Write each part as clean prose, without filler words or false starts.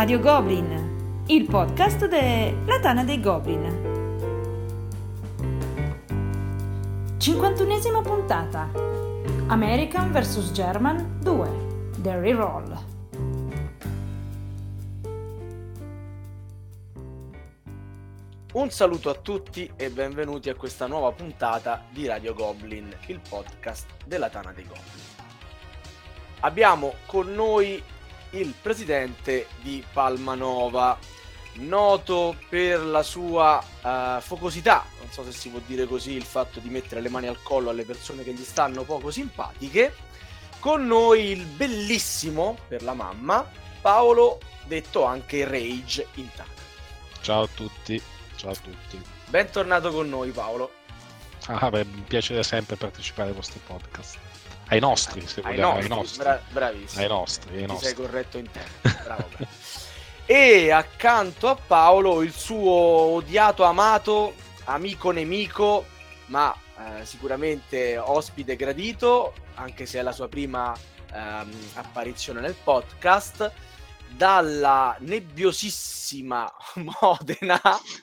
Radio Goblin, il podcast della Tana dei Goblin. 51esima puntata. American vs German 2. The Reroll. Un saluto a tutti e benvenuti a questa nuova puntata di Radio Goblin, il podcast della Tana dei Goblin. Abbiamo con noi il presidente di Palmanova, noto per la sua focosità, non so se si può dire così, il fatto di mettere le mani al collo alle persone che gli stanno poco simpatiche. Con noi il bellissimo, per la mamma, Paolo, detto anche Rage in Tana. Ciao a tutti. Ciao a tutti. Bentornato con noi, Paolo. Mi piace sempre partecipare ai vostri podcast. Ai nostri, se vogliamo, ai nostri. Bravissimo. Ai nostri. Sei corretto in tempo. Bravo. E accanto a Paolo il suo odiato, amato, amico nemico, ma sicuramente ospite gradito, anche se è la sua prima apparizione nel podcast, dalla nebbiosissima Modena,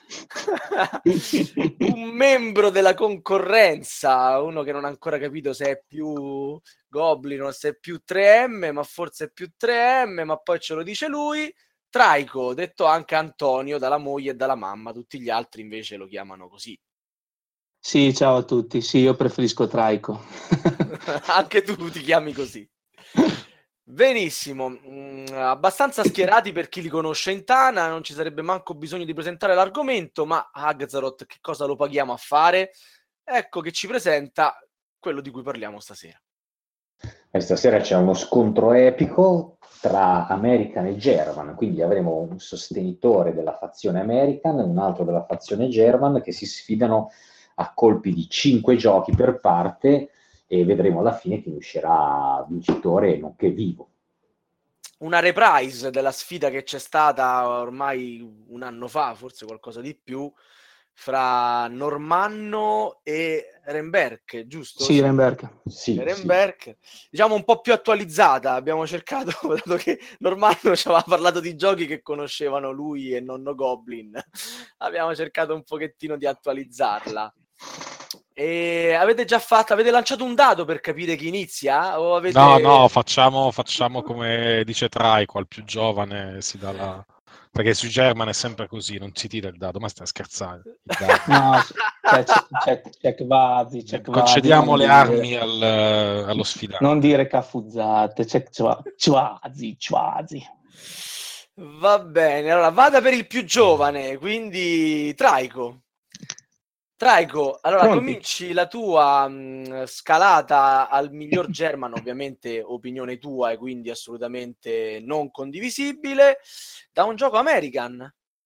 un membro della concorrenza, uno che non ha ancora capito se è più Goblin o se è più 3M, ma forse è più 3M, ma poi ce lo dice lui, Traico, detto anche Antonio, dalla moglie e dalla mamma, tutti gli altri invece lo chiamano così. Sì, ciao a tutti, sì, io preferisco Traico. Anche tu ti chiami così. Benissimo, abbastanza schierati per chi li conosce in Tana, non ci sarebbe manco bisogno di presentare l'argomento, ma Hagzaroth che cosa lo paghiamo a fare? Ecco che ci presenta quello di cui parliamo stasera. Stasera c'è uno scontro epico tra American e German, quindi avremo un sostenitore della fazione American e un altro della fazione German che si sfidano a colpi di 5 giochi per parte, e vedremo alla fine chi uscirà vincitore, nonché vivo. Una reprise della sfida che c'è stata ormai un anno fa, forse qualcosa di più, fra Normanno e Renberg, giusto? Sì, Renberg. Sì, Renberg, sì. Diciamo un po' più attualizzata, abbiamo cercato, dato che Normanno ci aveva parlato di giochi che conoscevano lui e nonno Goblin, abbiamo cercato un pochettino di attualizzarla. E avete lanciato un dado per capire chi inizia? O avete... No, facciamo come dice Traico, al più giovane si dà la... Perché sui German è sempre così, non si tira il dado, ma stai scherzando. No, c'è Kvazi. Concediamo le armi allo sfidato. Non dire cafuzzate, c'è Kvazi. Va bene, allora vada per il più giovane, quindi Traico, allora Pronti? cominci la tua scalata al miglior German, ovviamente opinione tua e quindi assolutamente non condivisibile, da un gioco American.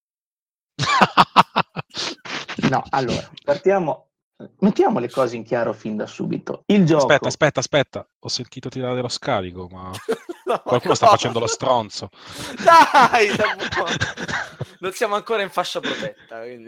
No, allora, mettiamo le cose in chiaro fin da subito. Il gioco... Aspetta, ho sentito tirare dello scarico, ma No, qualcuno sta facendo lo stronzo. Dai, non siamo ancora in fascia protetta, quindi...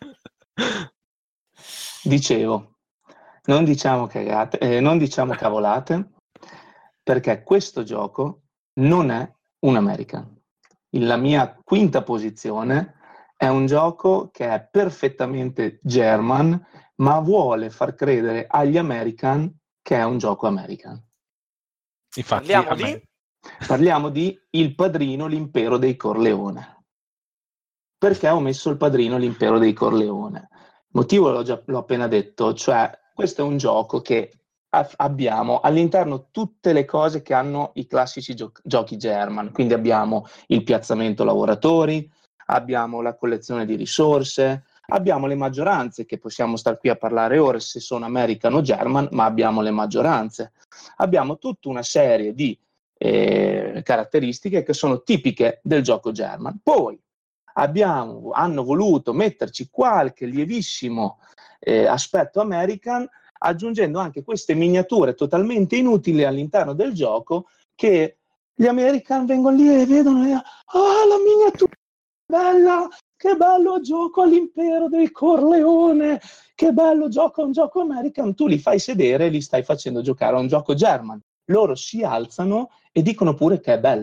Dicevo, non diciamo cavolate, perché questo gioco non è un American. La mia quinta posizione è un gioco che è perfettamente German, ma vuole far credere agli American che è un gioco American. Infatti, Parliamo di Il Padrino, l'Impero dei Corleone. Perché ho messo Il Padrino, l'Impero dei Corleone? Il motivo l'ho appena detto, cioè questo è un gioco che abbiamo all'interno tutte le cose che hanno i classici giochi German, quindi abbiamo il piazzamento lavoratori, abbiamo la collezione di risorse, abbiamo le maggioranze, che possiamo star qui a parlare ora se sono American o German, ma abbiamo le maggioranze. Abbiamo tutta una serie di caratteristiche che sono tipiche del gioco German. Poi hanno voluto metterci qualche lievissimo aspetto American, aggiungendo anche queste miniature totalmente inutili all'interno del gioco, che gli American vengono lì e vedono la miniatura bella, che bello gioco all'Impero del Corleone, che bello gioco a un gioco American. Tu li fai sedere e li stai facendo giocare a un gioco German. Loro si alzano e dicono pure che è bello.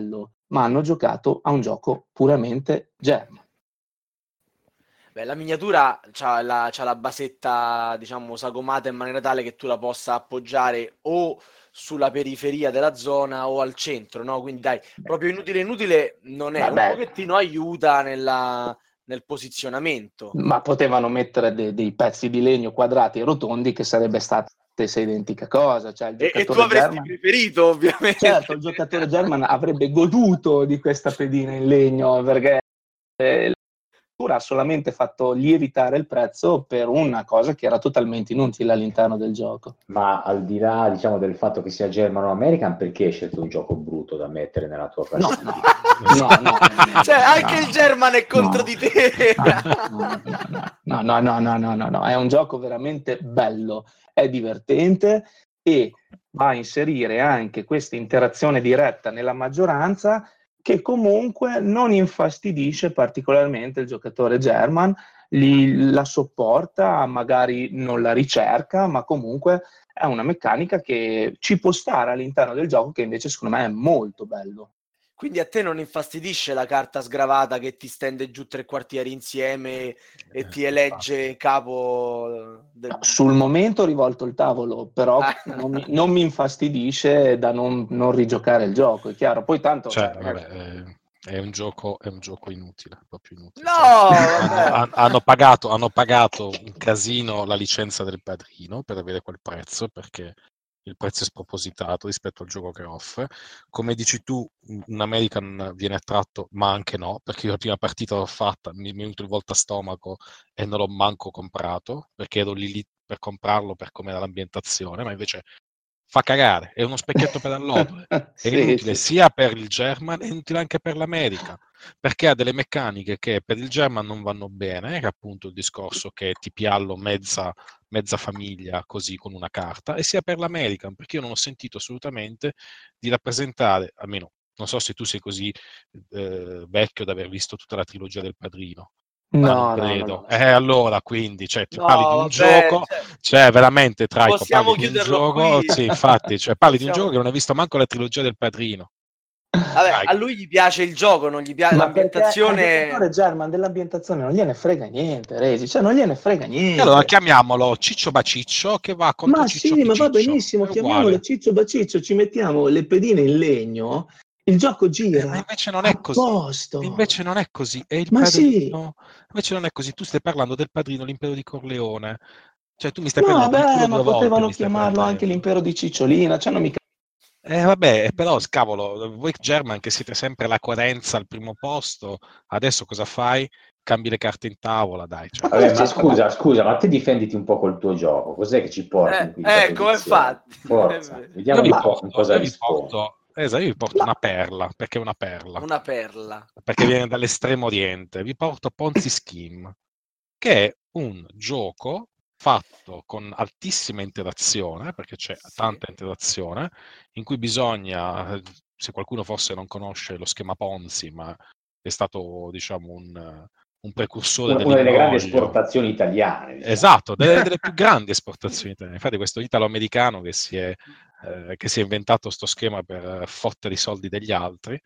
ma hanno giocato a un gioco puramente German. Beh, la miniatura c'ha la basetta, diciamo, sagomata in maniera tale che tu la possa appoggiare o sulla periferia della zona o al centro, no? Quindi dai, proprio inutile non è. Un Vabbè, pochettino aiuta nel posizionamento. ma potevano mettere dei pezzi di legno quadrati e rotondi che sarebbe stata stessa identica cosa. Cioè, il E tu giocatore avresti German, preferito, ovviamente. certo, il giocatore German avrebbe goduto di questa pedina in legno, perché ha solamente fatto lievitare il prezzo per una cosa che era totalmente inutile all'interno del gioco. Ma al di là, diciamo, del fatto che sia German o American, perché hai scelto un gioco brutto da mettere nella tua classifica? No. Cioè, anche il German è contro di te. No, è un gioco veramente bello, è divertente e va a inserire anche questa interazione diretta nella maggioranza che comunque non infastidisce particolarmente il giocatore German, la sopporta, magari non la ricerca, ma comunque è una meccanica che ci può stare all'interno del gioco, che invece secondo me è molto bello. Quindi a te non infastidisce la carta sgravata che ti stende giù 3 quartieri insieme e ti elegge capo Sul momento ho rivolto il tavolo, però non mi infastidisce da non rigiocare il gioco, è chiaro. Poi tanto, ragazzi, vabbè, è un gioco inutile, proprio inutile. No, hanno pagato un casino la licenza del Padrino per avere quel prezzo, perché il prezzo è spropositato rispetto al gioco che offre. Come dici tu, un American viene attratto, ma anche no, perché io la prima partita l'ho fatta, mi è venuto il volta stomaco e non l'ho manco comprato, perché ero lì per comprarlo per come era l'ambientazione, ma invece fa cagare, è uno specchietto per allodole, è inutile sia per il German, è inutile anche per l'America, perché ha delle meccaniche che per il German non vanno bene, che è appunto il discorso che ti piallo mezza famiglia così con una carta, e sia per l'American, perché io non ho sentito assolutamente di rappresentare, almeno non so se tu sei così vecchio da aver visto tutta la trilogia del Padrino. Ma non credo. Allora, quindi, cioè, ti parli di un gioco, cioè, veramente, Traico, possiamo parli di un chiuderlo gioco, qui. sì, infatti, cioè, parli di un gioco che non hai visto manco la trilogia del Padrino. Vabbè, a lui gli piace il gioco, non gli piace l'ambientazione. Il giocatore German dell'ambientazione non gliene frega niente, Resi, cioè non gliene frega niente. E allora chiamiamolo Ciccio Baciccio che va contro Ciccio Piciccio. Ma va benissimo, chiamiamolo Ciccio Baciccio, ci mettiamo le pedine in legno, il gioco gira. Ma invece non è così. Posto. Invece non è così. È il ma Padrino. Sì. Invece non è così. Tu stai parlando del Padrino, l'impero di Corleone. Cioè, tu mi stai prendendo per il culo ma potevano chiamarlo anche l'impero di Cicciolina, cioè non mi vabbè, però cavolo, voi German che siete sempre la coerenza al primo posto, adesso cosa fai? Cambi le carte in tavola, dai. Cioè. Vabbè, ma scusa, ma te difenditi un po' col tuo gioco, cos'è che ci porti in quinta come posizione? Forza, vediamo un po' cosa rispondi. Io vi porto una perla, perché è una perla. Una perla. Perché viene dall'estremo oriente. Vi porto Ponzi Scheme, che è un gioco fatto con altissima interazione, perché c'è tanta interazione, in cui bisogna, se qualcuno forse non conosce lo schema Ponzi, ma è stato, diciamo, un precursore una delle grandi esportazioni italiane. Diciamo. Esatto, delle più grandi esportazioni italiane. Infatti questo italo-americano che si è inventato sto schema per fottere i soldi degli altri,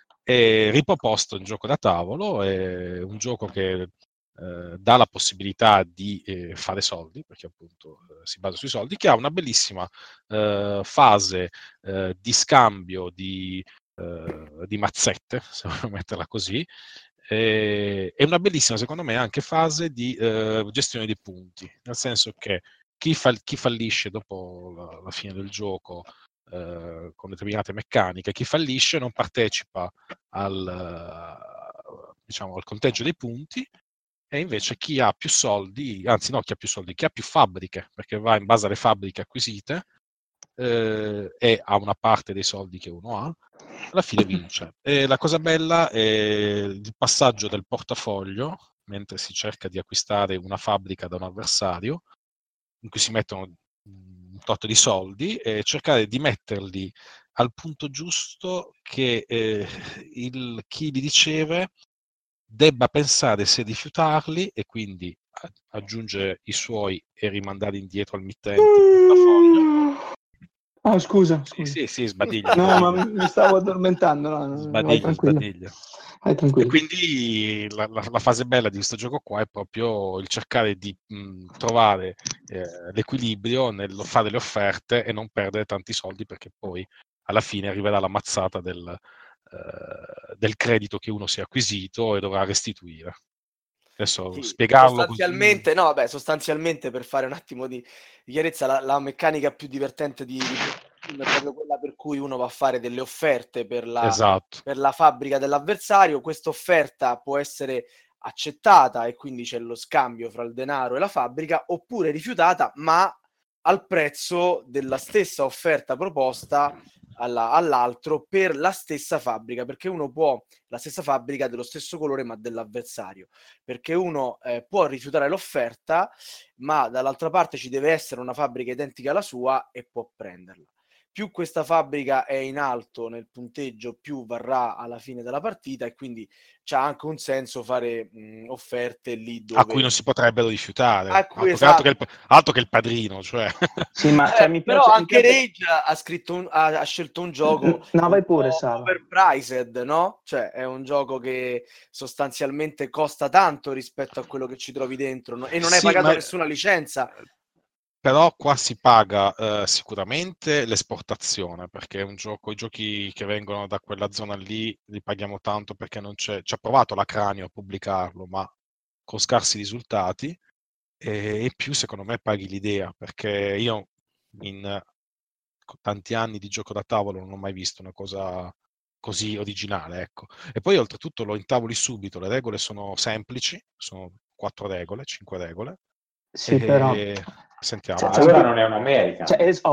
è riproposto in gioco da tavolo, è un gioco che dà la possibilità di fare soldi, perché appunto si basa sui soldi, che ha una bellissima fase di scambio di mazzette, se vogliamo metterla così, e una bellissima, secondo me, anche fase di gestione dei punti, nel senso che chi fallisce dopo la fine del gioco con determinate meccaniche, chi fallisce non partecipa al conteggio dei punti, e invece chi ha più soldi, anzi no, chi ha più fabbriche, perché va in base alle fabbriche acquisite e ha una parte dei soldi che uno ha, alla fine vince. E la cosa bella è il passaggio del portafoglio, mentre si cerca di acquistare una fabbrica da un avversario, in cui si mettono un tot di soldi, e cercare di metterli al punto giusto che chi li riceve debba pensare se rifiutarli e quindi aggiungere i suoi e rimandarli indietro al mittente il portafoglio, No, scusa. Sì, sbadiglia. No, ma mi stavo addormentando. No, vai tranquillo. Vai tranquillo. E quindi la fase bella di questo gioco qua è proprio il cercare di trovare l'equilibrio nel fare le offerte e non perdere tanti soldi, perché poi alla fine arriverà la mazzata del credito che uno si è acquisito e dovrà restituire. Adesso Sì, spiegarlo sostanzialmente, per fare un attimo di chiarezza, la meccanica più divertente di è proprio quella per cui uno va a fare delle offerte per esatto. la fabbrica dell'avversario. Questa offerta può essere accettata e quindi c'è lo scambio fra il denaro e la fabbrica, oppure rifiutata, ma al prezzo della stessa offerta proposta all'altro per la stessa fabbrica, perché uno può, la stessa fabbrica dello stesso colore ma dell'avversario, perché uno può rifiutare l'offerta, ma dall'altra parte ci deve essere una fabbrica identica alla sua e può prenderla. Più questa fabbrica è in alto nel punteggio, più varrà alla fine della partita, e quindi c'ha anche un senso fare offerte lì dove... a cui non si potrebbero rifiutare, esatto. altro che il padrino, cioè. Sì, ma mi però piace, anche Rage ha scelto un gioco vai pure, Sava. overpriced, no? Cioè è un gioco che sostanzialmente costa tanto rispetto a quello che ci trovi dentro, e non hai pagato nessuna licenza. Però qua si paga sicuramente l'esportazione, perché è un gioco, i giochi che vengono da quella zona lì li paghiamo tanto perché non c'è. Ci ha provato la Cranio a pubblicarlo, ma con scarsi risultati, e più secondo me paghi l'idea, perché io in tanti anni di gioco da tavolo non ho mai visto una cosa così originale, ecco. E poi oltretutto lo intavoli subito, le regole sono semplici, sono 4 regole, 5 regole. Sì, però... Sentiamo. Allora non è un American.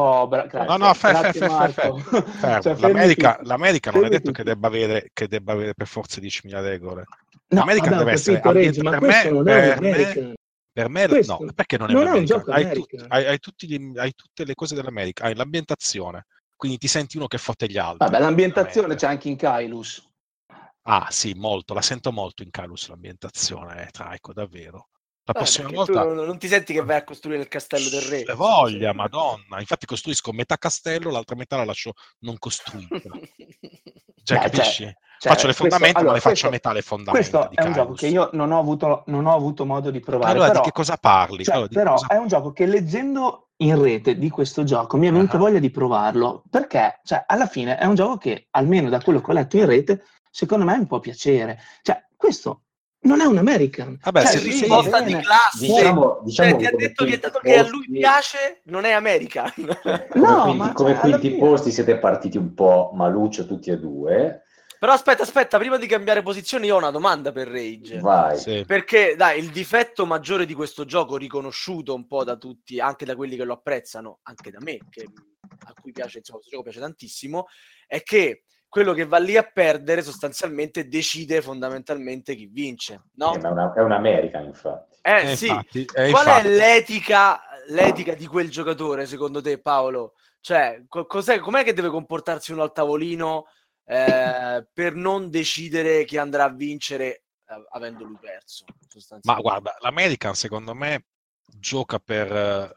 L'America non è detto che debba avere per forza 10.000 regole. No, L'American deve essere Regge, ma questo non è un American. Per me questo no, perché non è un gioco American? Hai tutte le cose dell'America, hai l'ambientazione, quindi ti senti uno che fotte gli altri. Vabbè, l'ambientazione c'è anche in Kailus. Ah sì, molto, la sento molto in Kailus l'ambientazione, Traico, davvero. La prossima volta tu non ti senti che vai a costruire il castello del re? Le voglia, madonna. Infatti costruisco metà castello, l'altra metà la lascio non costruita. Cioè, capisci? Faccio le fondamenta, ma le faccio a metà le fondamenta. Questo è un gioco che io non ho avuto modo di provare. Allora, di che cosa parli? È un gioco che, leggendo in rete di questo gioco, mi è venuta voglia di provarlo, perché alla fine è un gioco che, almeno da quello che ho letto in rete, secondo me mi può piacere. Questo non è un American. Vabbè, se risposta di classe, diciamo ti ha detto che a lui piace, non è American. Come quinti posti siete partiti un po' maluccio tutti e due. Però aspetta, prima di cambiare posizione io ho una domanda per Rage. Vai. Sì. Perché il difetto maggiore di questo gioco, riconosciuto un po' da tutti, anche da quelli che lo apprezzano, anche da me, a cui piace, insomma, questo gioco piace tantissimo, è che quello che va lì a perdere sostanzialmente decide fondamentalmente chi vince, no? È un American, infatti. Sì. Infatti, Qual è l'etica di quel giocatore, secondo te, Paolo? Cioè, com'è che deve comportarsi uno al tavolino per non decidere chi andrà a vincere avendo lui perso? Ma guarda, l'American secondo me gioca per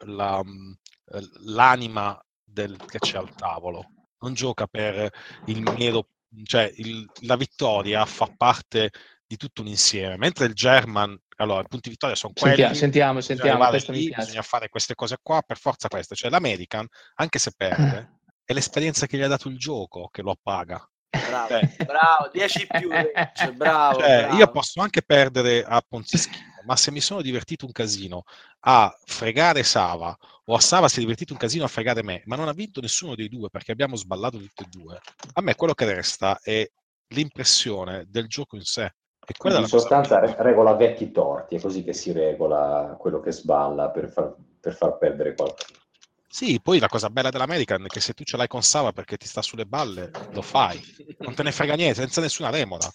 l'anima che c'è al tavolo. Non gioca per il mero, cioè la vittoria fa parte di tutto un insieme, mentre il German, allora i punti vittoria sono quelli, sentiamo, lì, bisogna fare queste cose qua, per forza queste, cioè l'American, anche se perde, è l'esperienza che gli ha dato il gioco che lo paga. Bravo, 10 più, bravo. Io posso anche perdere a Ponzischino, ma se mi sono divertito un casino a fregare Sava, o a Sava si è divertito un casino a fregare me, ma non ha vinto nessuno dei due perché abbiamo sballato tutti e due, a me quello che resta è l'impressione del gioco in sé. E quella in sostanza regola vecchi torti, è così che si regola quello che sballa per far perdere qualcuno. Sì, poi la cosa bella dell'American è che se tu ce l'hai con Sava perché ti sta sulle balle, lo fai. Non te ne frega niente, senza nessuna remora.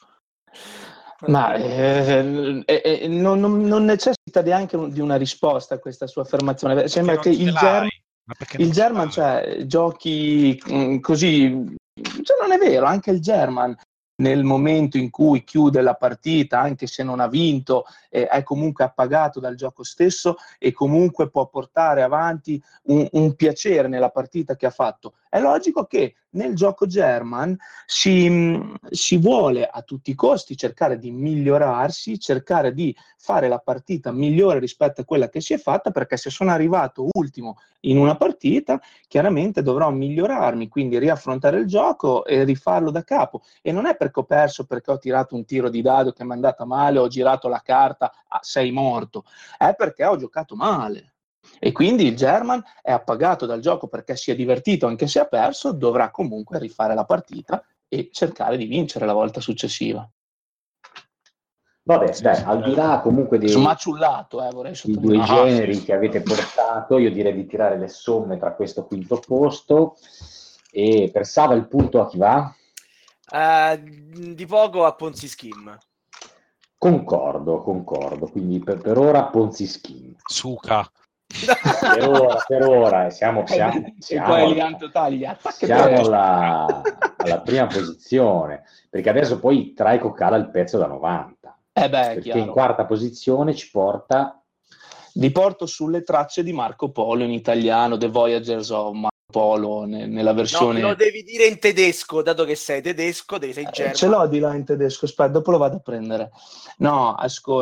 Ma non necessita neanche di una risposta a questa sua affermazione. Sembra che il German, cioè, giochi così... Cioè, non è vero, anche il German nel momento in cui chiude la partita, anche se non ha vinto, è comunque appagato dal gioco stesso e comunque può portare avanti un piacere nella partita che ha fatto. È logico che nel gioco German si vuole a tutti i costi cercare di migliorarsi, cercare di fare la partita migliore rispetto a quella che si è fatta, perché se sono arrivato ultimo in una partita, chiaramente dovrò migliorarmi, quindi riaffrontare il gioco e rifarlo da capo. E non è perché ho perso, perché ho tirato un tiro di dado che mi è andata male, ho girato la carta, sei morto, è perché ho giocato male. E quindi il German è appagato dal gioco perché si è divertito, anche se ha perso, dovrà comunque rifare la partita e cercare di vincere la volta successiva. Vabbè, dai, al di là comunque Smaciullato, vorrei i due sottolineare. generi che avete portato, io direi di tirare le somme tra questo quinto posto. E per Sava il punto a chi va? Di poco a Ponzi Scheme. Concordo, quindi per ora Ponzi Scheme. Suca. Per ora siamo e poi Lianto taglia. Siamo alla prima posizione, perché adesso poi Traico cala il pezzo da 90. Perché chiaro. in quarta posizione ci porta... Vi porto sulle tracce di Marco Polo in italiano, The Voyagers of Marco Polo, nella versione... No, lo devi dire in tedesco, dato che sei tedesco, sei German. Ce l'ho di là in tedesco, aspetta, dopo lo vado a prendere. No,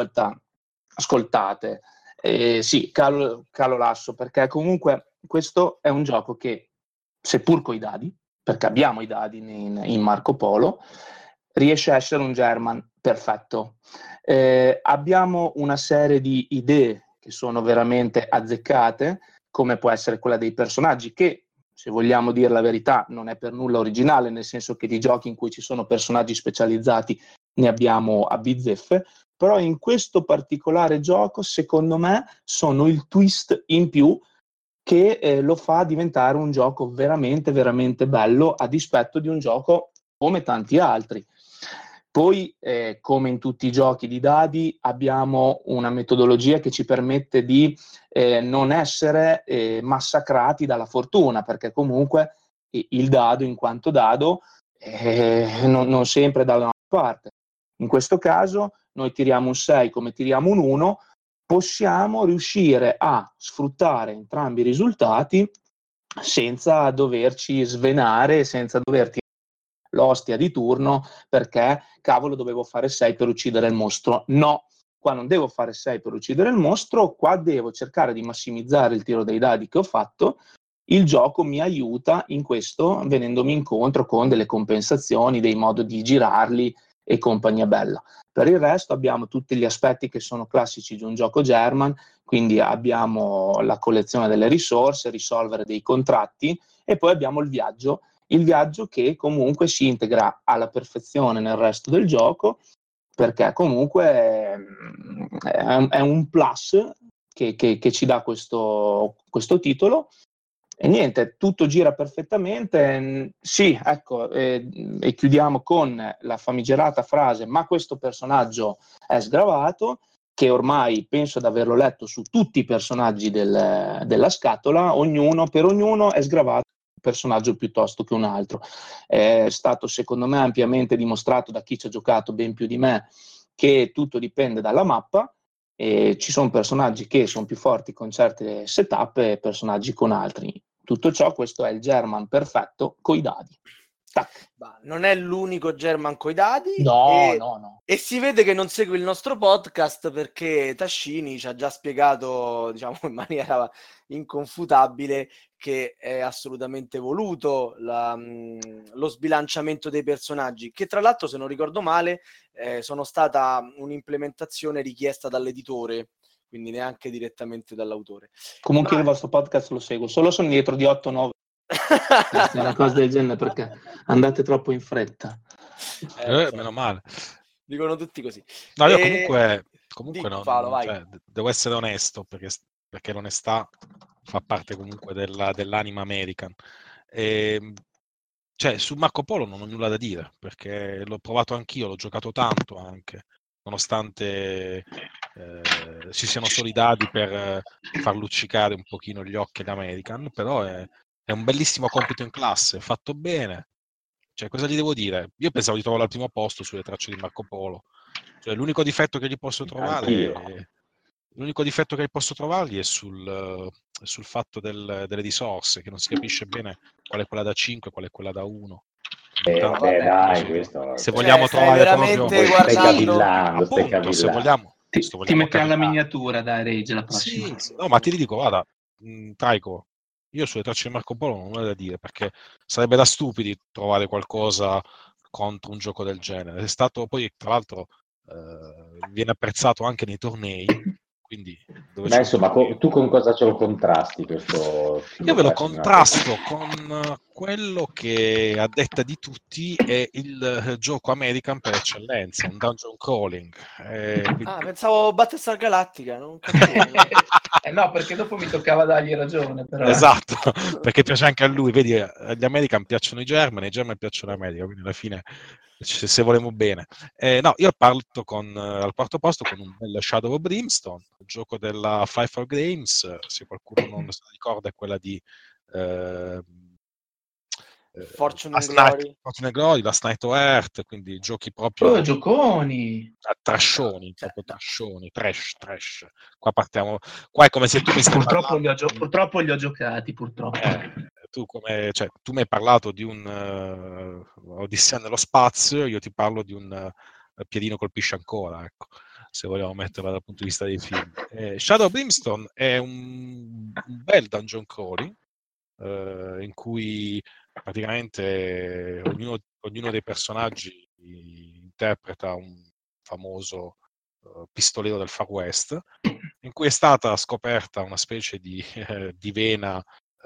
ascoltate. Sì, calo l'asso, perché comunque questo è un gioco che, seppur coi dadi, perché abbiamo i dadi in Marco Polo, riesce a essere un German perfetto. Abbiamo una serie di idee che sono veramente azzeccate, come può essere quella dei personaggi, che, se vogliamo dire la verità, non è per nulla originale, nel senso che di giochi in cui ci sono personaggi specializzati ne abbiamo a bizzeffe, però in questo particolare gioco, secondo me, sono il twist in più che lo fa diventare un gioco veramente, veramente bello, a dispetto di un gioco come tanti altri. Poi, come in tutti i giochi di dadi, abbiamo una metodologia che ci permette di non essere massacrati dalla fortuna, perché comunque il dado, in quanto dado, non sempre dalla nostra parte. In questo caso, noi tiriamo un 6 come tiriamo un 1, possiamo riuscire a sfruttare entrambi i risultati senza doverci svenare, senza dover tirare l'ostia di turno perché cavolo dovevo fare 6 per uccidere il mostro. No, qua non devo fare 6 per uccidere il mostro, qua devo cercare di massimizzare il tiro dei dadi che ho fatto. Il gioco mi aiuta in questo, venendomi incontro con delle compensazioni, dei modi di girarli e compagnia bella. Per il resto abbiamo tutti gli aspetti che sono classici di un gioco German, quindi abbiamo la collezione delle risorse, risolvere dei contratti e poi abbiamo il viaggio che comunque si integra alla perfezione nel resto del gioco, perché comunque è un plus che ci dà questo titolo. E niente, tutto gira perfettamente. Sì, ecco, e chiudiamo con la famigerata frase: ma questo personaggio è sgravato, che ormai penso di averlo letto su tutti i personaggi della scatola. Per ognuno è sgravato un personaggio piuttosto che un altro. È stato secondo me ampiamente dimostrato da chi ci ha giocato ben più di me che tutto dipende dalla mappa. E ci sono personaggi che sono più forti con certe setup e personaggi con altri. Tutto ciò, questo è il German perfetto coi dadi. Tac. Non è l'unico German coi dadi. No. E si vede che non segue il nostro podcast perché Tascini ci ha già spiegato, diciamo, in maniera inconfutabile che è assolutamente voluto lo sbilanciamento dei personaggi, che tra l'altro, se non ricordo male, sono stata un'implementazione richiesta dall'editore, quindi neanche direttamente dall'autore. Comunque il vostro podcast lo seguo, solo sono dietro di 8-9 una cosa del genere, perché andate troppo in fretta. Meno male. Dicono tutti così. No, io comunque no, Paolo, cioè, devo essere onesto, perché l'onestà fa parte comunque dell'anima American. Cioè, su Marco Polo non ho nulla da dire, perché l'ho provato anch'io, l'ho giocato tanto anche, nonostante ci siano solo i dadi per far luccicare un pochino gli occhi all'American, però è un bellissimo compito in classe, fatto bene, Cioè, cosa gli devo dire? Io pensavo di trovarlo al primo posto sulle tracce di Marco Polo. Cioè, l'unico difetto che gli posso trovare... L'unico difetto che posso trovargli è sul fatto delle risorse, che non si capisce bene qual è quella da 5 e qual è quella da 1. Questo... Se vogliamo trovare veramente proprio... Stai cavillando, Appunto, se vogliamo... Ti mettiamo la miniatura, dai, Rage, la prossima. Sì. No, ma ti dico, guarda, Traico, io sulle tracce di Marco Polo non ho da dire, perché sarebbe da stupidi trovare qualcosa contro un gioco del genere. È stato poi, tra l'altro, viene apprezzato anche nei tornei, quindi dove Beh, insomma, tu con cosa ce lo contrasti questo? Io ve lo contrasto con quello che a detta di tutti è il gioco American per eccellenza, un dungeon crawling. Quindi... pensavo Battlestar Galactica, non capivo. No, perché dopo mi toccava dargli ragione. Però. Esatto, perché piace anche a lui. Vedi, agli American piacciono i German piacciono l'America, quindi alla fine, se volemo bene. No, io parto al quarto posto con un bel Shadow of Brimstone, il gioco della 5 Games, se qualcuno non se lo ricorda, è quella di Fortune and Glory, Last Night on Earth, quindi giochi proprio gioconi, trashoni, proprio trashoni, trash. Qua è come se tu mi stai purtroppo li ho giocati, purtroppo. Tu mi hai parlato di un Odissea nello spazio, io ti parlo di un Piedino colpisce ancora, ecco, se vogliamo metterla dal punto di vista dei film. Shadow of Brimstone è un bel dungeon crawling in cui praticamente ognuno dei personaggi interpreta un famoso pistolero del Far West, in cui è stata scoperta una specie di vena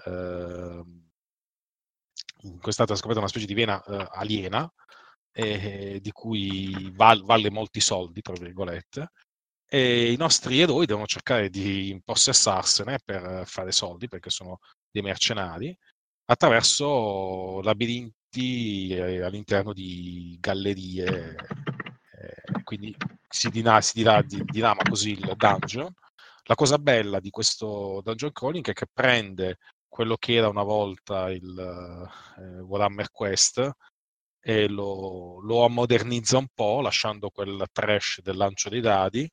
aliena, di cui vale molti soldi, tra virgolette, e i nostri eroi devono cercare di impossessarsene per fare soldi, perché sono dei mercenari, attraverso labirinti all'interno di gallerie, quindi si dinama così il dungeon. La cosa bella di questo dungeon crawling è che prende quello che era una volta il Warhammer Quest e lo ammodernizza un po', lasciando quel trash del lancio dei dadi,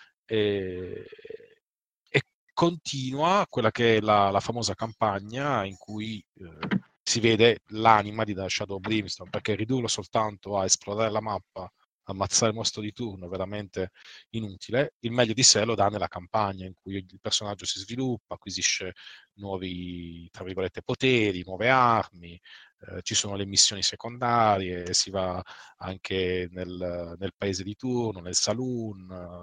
e continua quella che è la famosa campagna in cui si vede l'anima di The Shadow of Brimstone, perché ridurlo soltanto a esplorare la mappa, ammazzare il mostro di turno, veramente inutile. Il meglio di sé lo dà nella campagna, in cui il personaggio si sviluppa, acquisisce nuovi, tra virgolette, poteri, nuove armi, ci sono le missioni secondarie, si va anche nel paese di turno, nel saloon,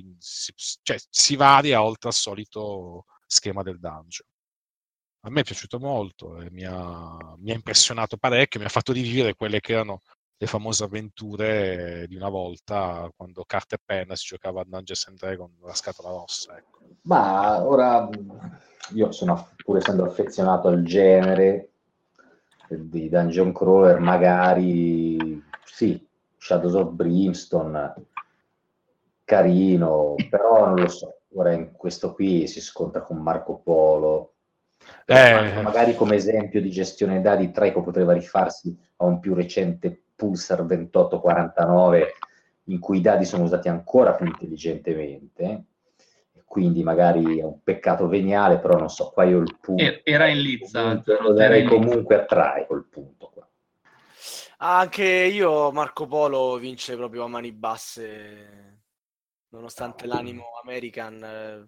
si varia oltre al solito schema del dungeon. A me è piaciuto molto e mi ha impressionato parecchio, mi ha fatto rivivere quelle che erano le famose avventure di una volta, quando carta e penna si giocava a Dungeons and Dragons con la scatola rossa. Ecco. Ma ora io sono, pur essendo affezionato al genere di Dungeon Crawler, magari sì, Shadows of Brimstone, carino, però non lo so, ora in questo qui si scontra con Marco Polo. Magari come esempio di gestione dadi, Traico poteva rifarsi a un più recente Pulsar 2849 in cui i dadi sono usati ancora più intelligentemente, quindi magari è un peccato veniale, però non so, qua io il punto era in lizza, lo darei comunque a Traico il punto qua. Anche io Marco Polo vince proprio a mani basse, nonostante l'animo American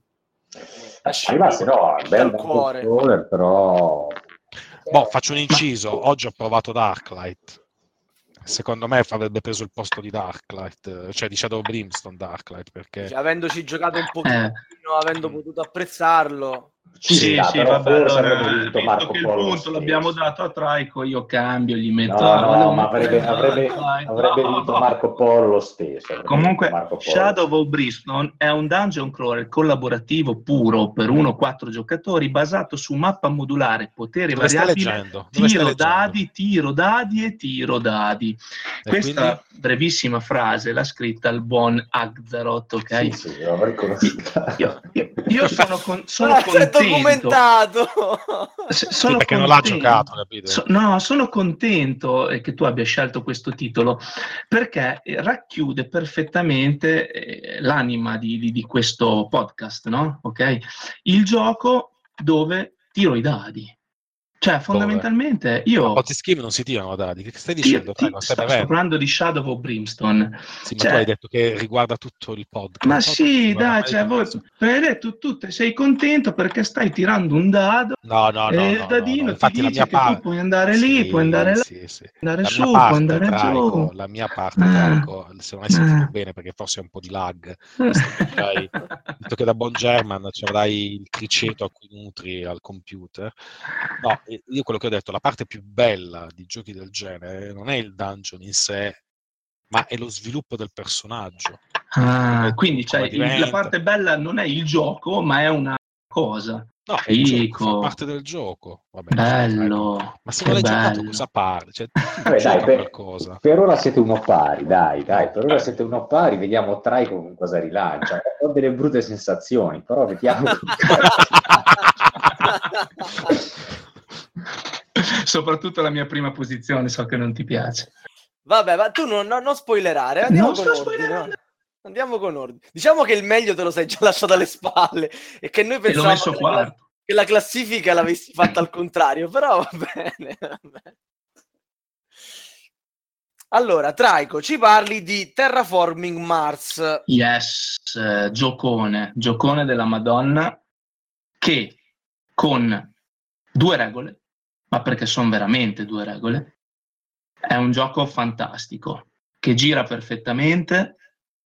no, bel cuore, però faccio un inciso. Oggi ho provato Darklight. Secondo me avrebbe preso il posto di Darklight, cioè di Shadow Brimstone Darklight, perché avendoci giocato un pochino, avendo potuto apprezzarlo. Sì, vabbè, allora, visto Marco che il Polo punto l'abbiamo dato a Traico, io cambio, gli metto... ma avrebbe vinto Marco Polo lo stesso. Comunque, Shadow of Brimstone è un dungeon crawler collaborativo puro per 1-4 giocatori, basato su mappa modulare, potere variabile, tiro dadi e tiro dadi. Questa brevissima frase l'ha scritta il buon Agzaroth, ok? Sì, l'ho riconosciuta. Io sono contento documentato. Sono perché non l'ha giocato, capito? Sono contento che tu abbia scelto questo titolo, perché racchiude perfettamente l'anima di questo podcast, no? Ok? Il gioco dove tiro i dadi. Cioè, fondamentalmente, Ma io Ponzi Scheme non si tirano dadi. Che stai dicendo? sto parlando di Shadow of Brimstone. Sì, ma tu hai detto che riguarda tutto il podcast. Ma sì, dai, voi hai detto tu sei contento perché stai tirando un dado e il dadino ti Infatti, dice che tu puoi andare lì, puoi andare là, andare la su, mia parte, puoi andare giù. La mia parte, Traico, se non hai sentito bene perché forse è un po' di lag, detto che da buon German ci avrai il criceto a cui nutri al computer. No, io quello che ho detto, la parte più bella di giochi del genere non è il dungeon in sé, ma è lo sviluppo del personaggio. Quindi la parte bella non è il gioco, ma è una cosa. No, è il gioco, fa parte del gioco. Vabbè, bello. Ma se non l'hai giocato, cosa parli? Cioè, vabbè, dai, qualcosa. Per ora siete uno pari, dai, per ora siete uno pari, vediamo Traico con cosa rilancia. Ho delle brutte sensazioni, però vediamo. Soprattutto la mia prima posizione, so che non ti piace. Vabbè, ma tu non spoilerare, andiamo con ordine. Diciamo che il meglio te lo sei già lasciato alle spalle e che noi pensavamo che la classifica l'avessi fatta al contrario, però va bene. Allora, Traico, ci parli di Terraforming Mars. Yes, giocone della Madonna, che con 2 regole, ma perché sono veramente 2 regole, è un gioco fantastico, che gira perfettamente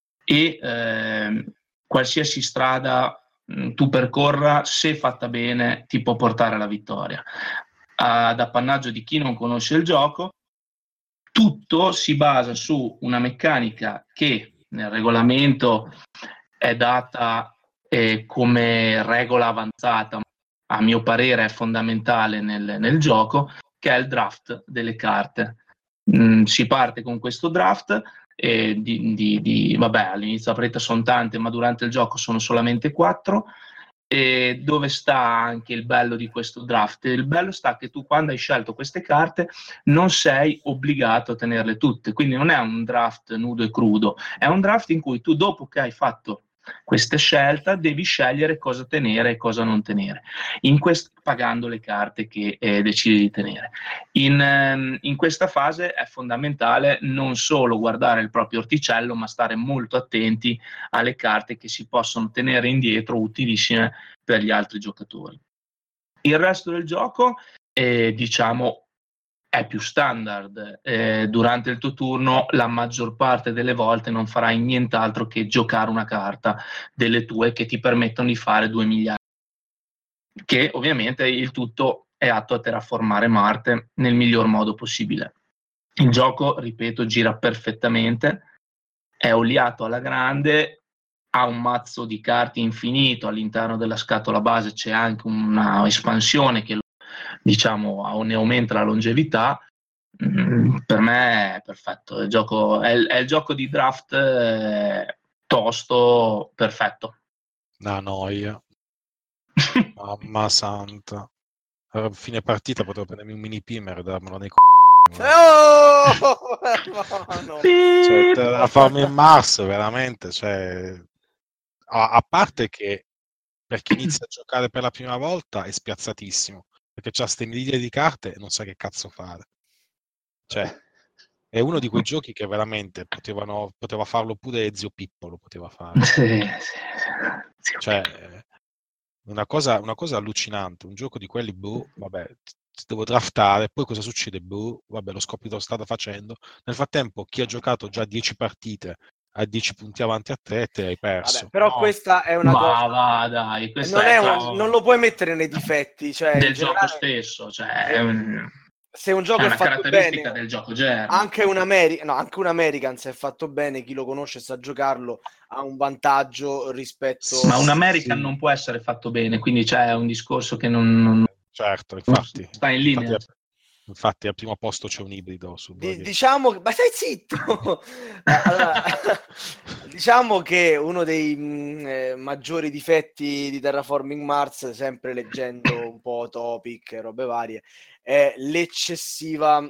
e qualsiasi strada tu percorra, se fatta bene, ti può portare alla vittoria. Ad appannaggio di chi non conosce il gioco, tutto si basa su una meccanica che nel regolamento è data come regola avanzata, a mio parere è fondamentale nel gioco, che è il draft delle carte. Si parte con questo draft vabbè, all'inizio la partita sono tante, ma durante il gioco sono solamente 4. E dove sta anche il bello di questo draft? Il bello sta che tu, quando hai scelto queste carte, non sei obbligato a tenerle tutte, quindi non è un draft nudo e crudo, è un draft in cui tu, dopo che hai fatto questa scelta, devi scegliere cosa tenere e cosa non tenere, pagando le carte che decidi di tenere. In questa fase è fondamentale non solo guardare il proprio orticello, ma stare molto attenti alle carte che si possono tenere indietro, utilissime per gli altri giocatori. Il resto del gioco, diciamo, è più standard. Durante il tuo turno, la maggior parte delle volte non farai nient'altro che giocare una carta delle tue che ti permettono di fare 2 miliardi. Che ovviamente il tutto è atto a terraformare Marte nel miglior modo possibile. Il gioco, ripeto, gira perfettamente, è oliato alla grande, ha un mazzo di carte infinito, all'interno della scatola base c'è anche una espansione che, diciamo, ne aumenta la longevità. Per me è perfetto, è il gioco di draft tosto, perfetto. Una noia. Mamma santa. A fine partita potevo prendermi un mini pimer e darmelo nei no. Cioè, Terraforming Mars veramente, cioè, a parte che per chi inizia a giocare per la prima volta è spiazzatissimo, perché c'ha ste migliaia di carte e non sa che cazzo fare. Cioè, è uno di quei giochi che veramente poteva farlo pure Zio Pippo, lo poteva fare. Sì. Cioè, una cosa allucinante, un gioco di quelli, vabbè, ti devo draftare, poi cosa succede? Vabbè, lo scopri lo strada facendo. Nel frattempo, chi ha giocato già 10 partite ha 10 punti avanti a te e te hai perso. Vabbè, però questa è una cosa... dai, non lo puoi mettere nei difetti, cioè, del gioco stesso, cioè... Se un gioco è è una fatto caratteristica bene, del gioco German. Anche un American, se è fatto bene, chi lo conosce e sa giocarlo ha un vantaggio rispetto... Ma un American non può essere fatto bene, quindi c'è un discorso che non certo, infatti sta in linea. Infatti al primo posto c'è un ibrido su diciamo che... Ma stai zitto! Allora, diciamo che uno dei maggiori difetti di Terraforming Mars, sempre leggendo un po' topic e robe varie, è l'eccessiva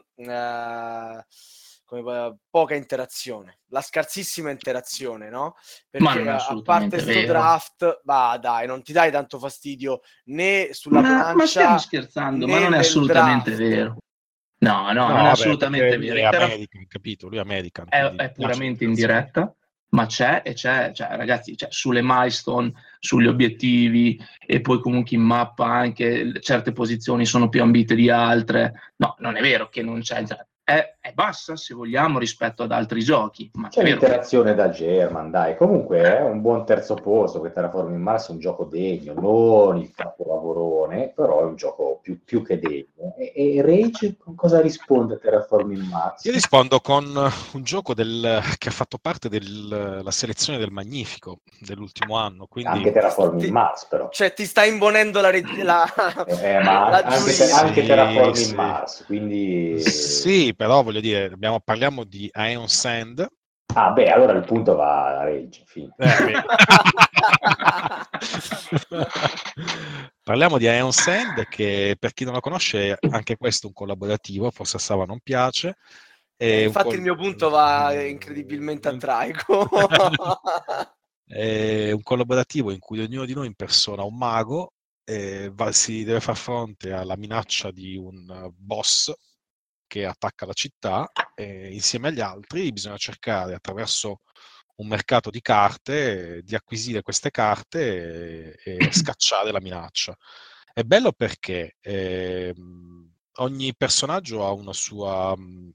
poca interazione, la scarsissima interazione, no? Ma Perché non è a parte assolutamente sto vero. draft, bah dai, non ti dai tanto fastidio né sulla Ma stiamo plancia scherzando, né ma non è nel assolutamente draft. vero. No, No, non è vabbè, perché assolutamente lui vero. è American, capito? Lui è American, quindi È gli piace puramente in l'interazione. diretta, ma c'è, cioè, ragazzi, sulle milestone, sugli obiettivi e poi comunque in mappa anche certe posizioni sono più ambite di altre. No, non è vero che non c'è, è bassa se vogliamo rispetto ad altri giochi, ma C'è è vero. l'interazione da German, dai, comunque è un buon terzo posto, che Terraforming Mars è un gioco degno, non il capolavorone, però è un gioco più che degno. E Rage con cosa risponde Terraforming Mars? Io rispondo con un gioco che ha fatto parte della selezione del Magnifico dell'ultimo anno, quindi... Anche Terraforming Mars, però. Cioè, ti sta imbonendo la Ma giuria. anche Terraforming sì. Mars, quindi... Sì, però voglio dire, parliamo di Ion Sand. Ah, beh, allora il punto va a Rage, fine. Parliamo di Ion Sand, che per chi non lo conosce, anche questo è un collaborativo, forse a Sava non piace. Infatti il mio punto va incredibilmente a Traico. È un collaborativo in cui ognuno di noi impersona un mago e si deve far fronte alla minaccia di un boss che attacca la città, e insieme agli altri bisogna cercare attraverso un mercato di carte di acquisire queste carte e scacciare la minaccia. È bello perché ogni personaggio ha una sua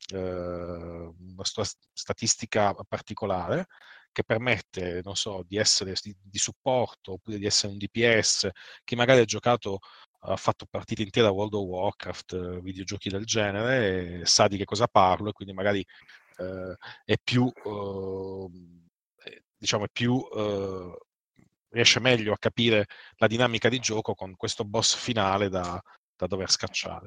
statistica particolare che permette, non so, di essere di supporto oppure di essere un DPS. Chi magari ha giocato, ha fatto partite intere a World of Warcraft, videogiochi del genere, sa di che cosa parlo, e quindi magari è più, diciamo, riesce meglio a capire la dinamica di gioco con questo boss finale da dover scacciare.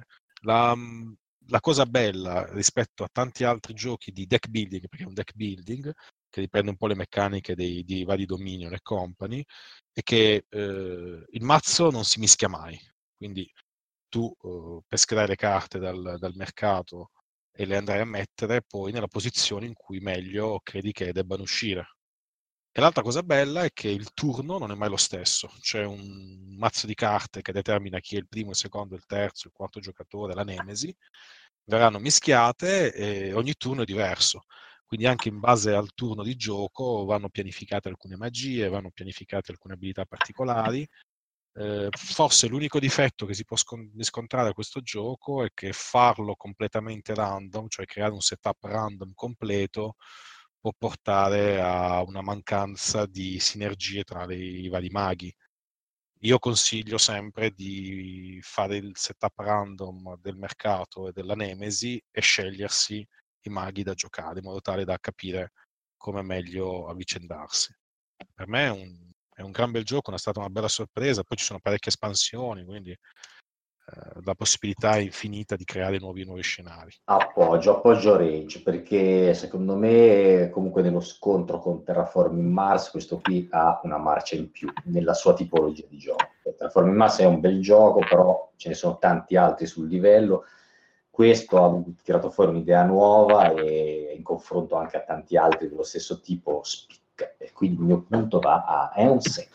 La cosa bella rispetto a tanti altri giochi di deck building, perché è un deck building che riprende un po' le meccaniche dei vari Dominion e company, è che il mazzo non si mischia mai. Quindi tu pescherai le carte dal mercato e le andrai a mettere poi nella posizione in cui meglio credi che debbano uscire. E l'altra cosa bella è che il turno non è mai lo stesso. C'è un mazzo di carte che determina chi è il primo, il secondo, il terzo, il quarto giocatore, la nemesi. Verranno mischiate e ogni turno è diverso. Quindi anche in base al turno di gioco vanno pianificate alcune magie, vanno pianificate alcune abilità particolari. Forse l'unico difetto che si può riscontrare a questo gioco è che farlo completamente random, cioè creare un setup random completo, può portare a una mancanza di sinergie tra i vari maghi. Io consiglio sempre di fare il setup random del mercato e della Nemesi e scegliersi i maghi da giocare in modo tale da capire come meglio avvicendarsi. Per me è un gran bel gioco, è stata una bella sorpresa. Poi ci sono parecchie espansioni, quindi la possibilità è infinita di creare nuovi scenari. Appoggio Rage, perché secondo me comunque nello scontro con Terraforming Mars questo qui ha una marcia in più nella sua tipologia di gioco. Terraforming Mars è un bel gioco, però ce ne sono tanti altri sul livello. Questo ha tirato fuori un'idea nuova e in confronto anche a tanti altri dello stesso tipo spicca, e quindi il mio punto va a Eon Sand.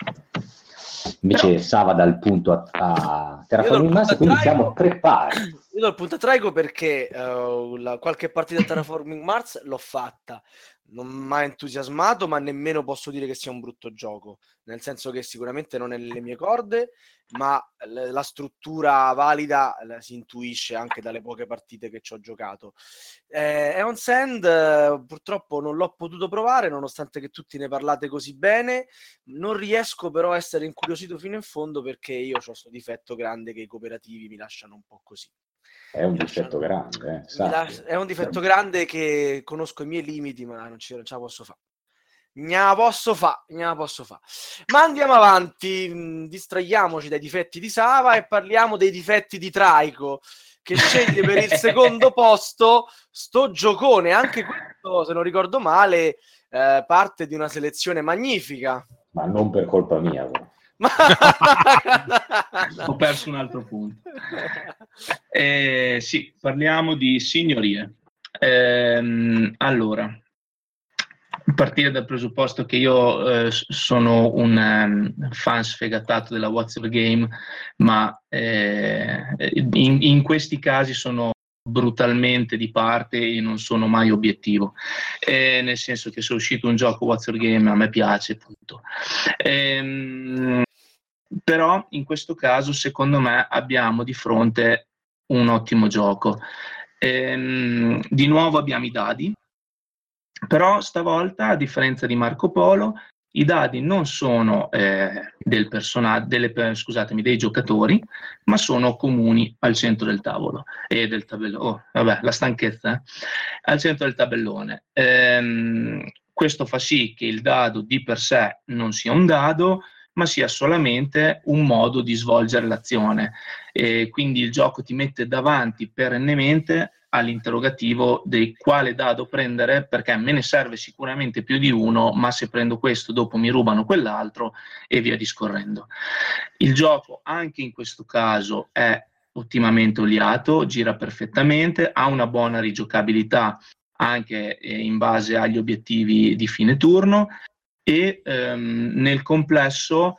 Invece Sava dal punto a Terraforming Mars, quindi siamo tre pari. Io do il punto a Traico perché qualche partita a Terraforming Mars l'ho fatta, non mi ha entusiasmato, ma nemmeno posso dire che sia un brutto gioco, nel senso che sicuramente non è nelle mie corde, ma la struttura valida si intuisce anche dalle poche partite che ci ho giocato. Eon Sand purtroppo non l'ho potuto provare, nonostante che tutti ne parlate così bene. Non riesco però a essere incuriosito fino in fondo, perché io ho questo difetto grande che i cooperativi mi lasciano un po' così. È un difetto grande, è un difetto grande che conosco i miei limiti, ma non ce la posso fare. Ne la posso fa. Ma andiamo avanti, distraiamoci dai difetti di Sava e parliamo dei difetti di Traico, che sceglie per il secondo posto sto giocone. Anche questo, se non ricordo male, parte di una selezione magnifica. Ma non per colpa mia. Ho perso un altro punto. Sì, parliamo di signorie. Allora, partire dal presupposto che io sono un fan sfegatato della What's Your Game, ma in questi casi sono brutalmente di parte e non sono mai obiettivo, nel senso che se è uscito un gioco What's Your Game a me piace, punto. Però in questo caso secondo me abbiamo di fronte un ottimo gioco. Di nuovo abbiamo i dadi, però stavolta, a differenza di Marco Polo, i dadi non sono dei giocatori, ma sono comuni al centro del tavolo e del tabellone. La stanchezza al centro del tabellone. Questo fa sì che il dado di per sé non sia un dado, ma sia solamente un modo di svolgere l'azione. Quindi il gioco ti mette davanti perennemente all'interrogativo di quale dado prendere, perché me ne serve sicuramente più di uno, ma se prendo questo dopo mi rubano quell'altro e via discorrendo. Il gioco anche in questo caso è ottimamente oliato, gira perfettamente, ha una buona rigiocabilità anche in base agli obiettivi di fine turno e nel complesso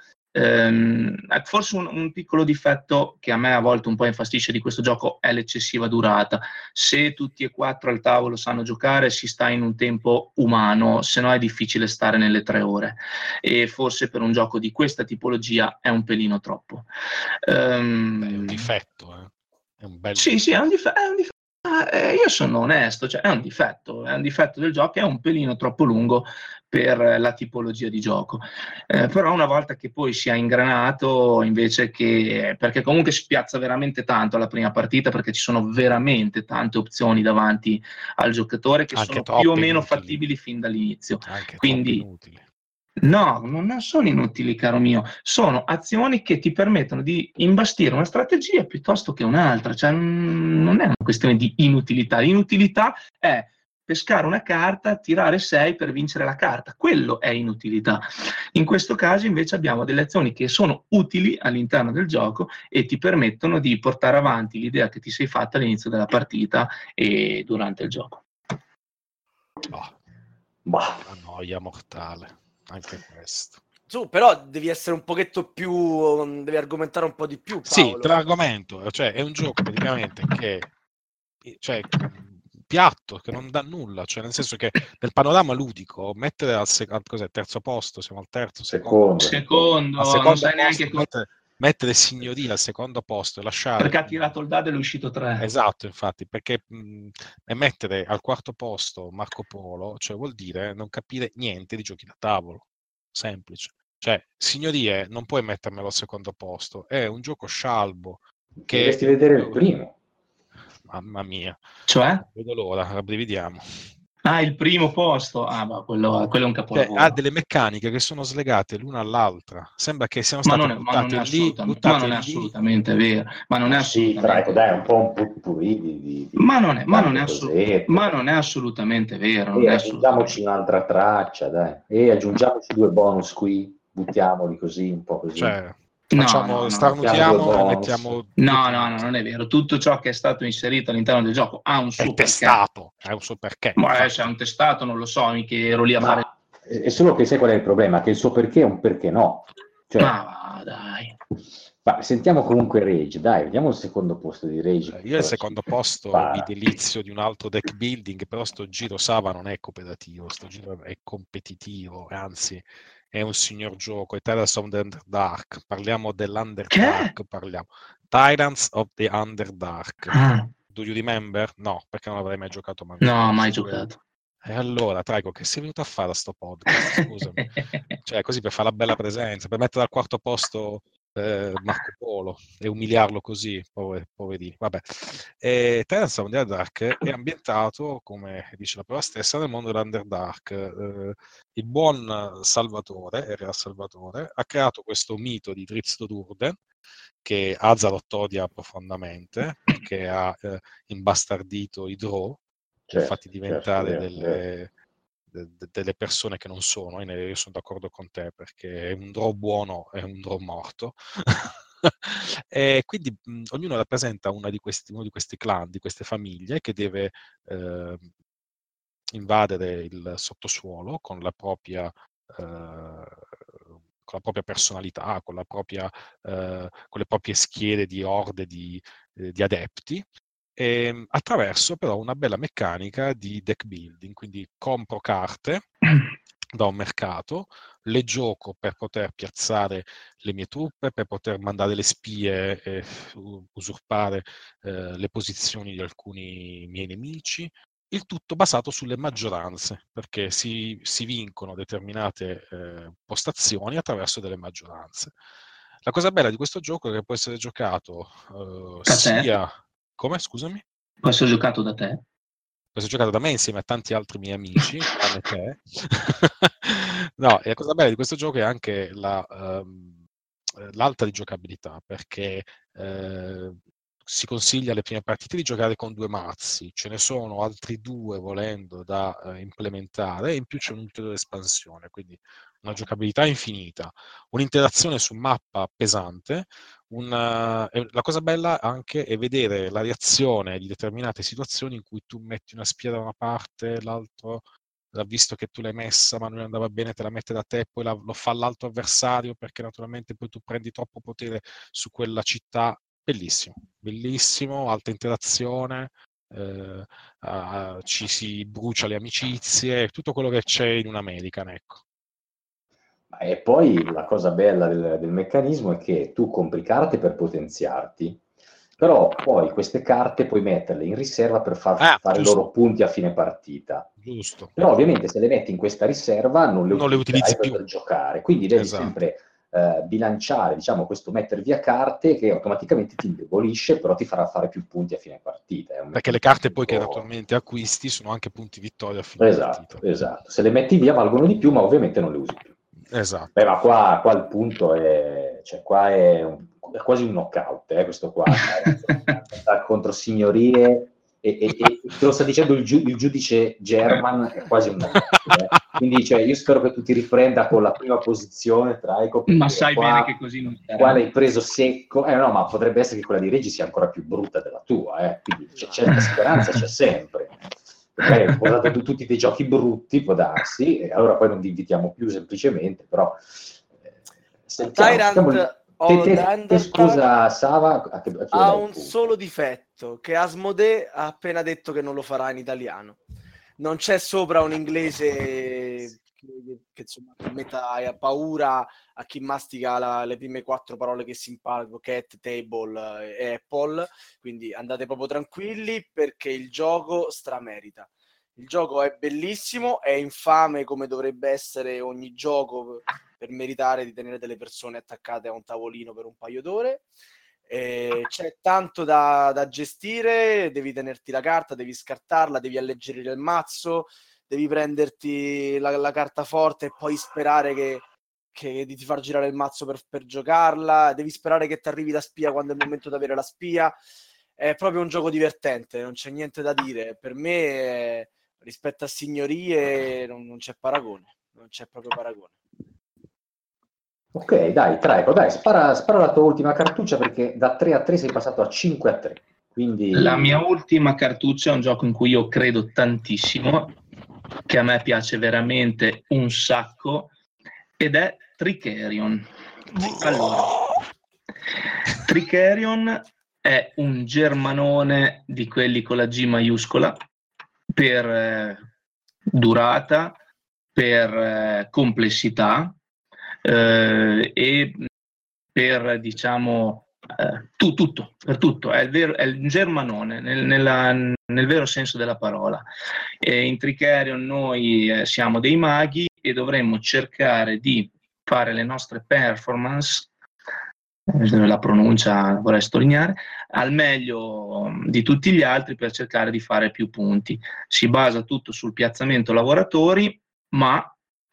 forse un piccolo difetto che a me a volte un po' infastidisce di questo gioco è l'eccessiva durata. Se tutti e quattro al tavolo sanno giocare si sta in un tempo umano, se no è difficile stare nelle 3 ore e forse per un gioco di questa tipologia è un pelino troppo. È un difetto, è un bel sì, è un difetto. Io sono onesto, cioè è un difetto del gioco, è un pelino troppo lungo per la tipologia di gioco, però una volta che poi si è ingranato, invece che, perché comunque si piazza veramente tanto alla prima partita, perché ci sono veramente tante opzioni davanti al giocatore che anche sono più o meno inutili. fattibili fin dall'inizio, Anche quindi inutili. no, non sono inutili, caro mio, sono azioni che ti permettono di imbastire una strategia piuttosto che un'altra, cioè non è una questione di inutilità. L'inutilità è pescare una carta, tirare 6 per vincere la carta, quello è inutilità. In questo caso invece abbiamo delle azioni che sono utili all'interno del gioco e ti permettono di portare avanti l'idea che ti sei fatta all'inizio della partita e durante il gioco. Una noia mortale. Anche questo. Tu però devi essere un pochetto più, devi argomentare un po' di più, Paolo. Sì, te l'argomento, cioè è un gioco praticamente che piatto, che non dà nulla, cioè nel senso che nel panorama ludico mettere al terzo posto, siamo al terzo, secondo non sai neanche mettere signoria al secondo posto e lasciare, perché ha tirato il dado e è uscito 3. Esatto, infatti, perché e mettere al quarto posto Marco Polo, cioè vuol dire non capire niente di giochi da tavolo, semplice. Cioè, signorie non puoi mettermelo al secondo posto, è un gioco scialbo che dovresti vedere il primo. Mamma mia, cioè? Vedo l'ora, rabbrividiamo. Il primo posto, quello è un capolavoro. Ha delle meccaniche che sono slegate l'una all'altra. Sembra che siano state buttate lì. Ma non è assolutamente vero. Ma non è assolutamente dai, è un po' un putpurri di ma non è assolutamente vero. E aggiungiamoci un'altra traccia, dai. E aggiungiamoci 2 bonus qui, buttiamoli così, un po' così. Cioè, starnutiamo e mettiamo... No, non è vero. Tutto ciò che è stato inserito all'interno del gioco ha un suo testato, è un suo perché. Ma se è un testato non lo so, mica ero lì a fare... È solo che sai qual è il problema? Che il suo perché è un perché no. Cioè, ma dai. Ma sentiamo comunque Rage, dai, vediamo il secondo posto di Rage. Io il secondo posto mi delizio di un altro deck building, però sto giro Sava non è cooperativo, sto giro è competitivo, anzi è un signor gioco, è Tyrants of the Underdark, parliamo dell'Underdark, Tyrants of the Underdark. Do you remember? No, perché non avrei mai giocato. No, mai giocato. E allora, Traico, che sei venuto a fare a sto podcast? Scusami. Cioè, così per fare la bella presenza, per mettere al quarto posto Marco Polo e umiliarlo così, poverino. Vabbè. Tales of the Underdark è ambientato, come dice la parola stessa, nel mondo dell'Underdark. Il buon Salvatore, Era Salvatore, ha creato questo mito di Drizzt Do'Urden che Azeroth odia profondamente perché ha imbastardito i Drow, fatti diventare delle persone che non sono. Io sono d'accordo con te, perché un Drow buono è un Drow morto. E quindi ognuno rappresenta uno di questi clan, di queste famiglie, che deve invadere il sottosuolo con la propria personalità, con le proprie schiere di orde di adepti, attraverso però una bella meccanica di deck building. Quindi compro carte da un mercato, le gioco per poter piazzare le mie truppe, per poter mandare le spie e usurpare le posizioni di alcuni miei nemici. Il tutto basato sulle maggioranze, perché si vincono determinate postazioni attraverso delle maggioranze. La cosa bella di questo gioco è che può essere giocato sia... Come? Scusami? Può essere giocato da te? Può essere giocato da me insieme a tanti altri miei amici, tranne te. No, e la cosa bella di questo gioco è anche l'alta di giocabilità, perché si consiglia alle prime partite di giocare con 2 mazzi, ce ne sono altri 2 volendo da implementare, e in più c'è un'ulteriore espansione, quindi una giocabilità infinita, un'interazione su mappa pesante. La cosa bella anche è vedere la reazione di determinate situazioni in cui tu metti una spia da una parte, l'altro l'ha visto che tu l'hai messa ma non andava bene, te la mette da te, poi lo fa l'altro avversario, perché naturalmente poi tu prendi troppo potere su quella città. Bellissimo, bellissimo, alta interazione, ci si brucia le amicizie, tutto quello che c'è in un American, ecco. E poi la cosa bella del meccanismo è che tu compri carte per potenziarti, però poi queste carte puoi metterle in riserva per fare i loro punti a fine partita. Giusto. Però ovviamente se le metti in questa riserva non le utilizzi più per giocare, quindi devi sempre bilanciare, diciamo, questo metter via carte che automaticamente ti indebolisce, però ti farà fare più punti a fine partita. Perché le carte poi che naturalmente acquisti sono anche punti vittoria a fine partita. Esatto, se le metti via valgono di più, ma ovviamente non le usi più. Esatto. Beh, ma qua il punto è, cioè qua è quasi un knockout, questo qua, contro signorie, e te lo sta dicendo il giudice German, è quasi un knockout. Quindi cioè, io spero che tu ti riprenda con la prima posizione, Traico, ma sai bene che così non sarà. Qua l'hai preso secco, no, ma potrebbe essere che quella di Reggi sia ancora più brutta della tua, quindi c'è la speranza, c'è sempre. Perché hai portato tutti dei giochi brutti, può darsi, e allora poi non vi invitiamo più semplicemente, però scusa Sava, ha un solo difetto, che Asmodee ha appena detto che non lo farà in italiano. Non c'è sopra un inglese che insomma metta paura a chi mastica le prime 4 parole che si impara, cat, table e apple, quindi andate proprio tranquilli, perché il gioco stramerita. Il gioco è bellissimo, è infame come dovrebbe essere ogni gioco per meritare di tenere delle persone attaccate a un tavolino per un paio d'ore. C'è tanto da gestire, devi tenerti la carta, devi scartarla, devi alleggerire il mazzo, devi prenderti la carta forte e poi sperare che di far girare il mazzo per giocarla, devi sperare che ti arrivi la spia quando è il momento di avere la spia. È proprio un gioco divertente, non c'è niente da dire. Per me rispetto a signorie non c'è paragone, non c'è proprio paragone. Ok, dai, Traico, dai, spara la tua ultima cartuccia, perché da 3-3 sei passato a 5-3. Quindi... La mia ultima cartuccia è un gioco in cui io credo tantissimo, che a me piace veramente un sacco, ed è Trickerion. Allora, Trickerion è un germanone di quelli con la G maiuscola, per durata, per complessità, e per, diciamo, tutto. È il germanone nel vero senso della parola. In Trickerion noi siamo dei maghi e dovremmo cercare di fare le nostre performance la pronuncia vorrei sottolineare, al meglio di tutti gli altri per cercare di fare più punti. Si basa tutto sul piazzamento lavoratori, ma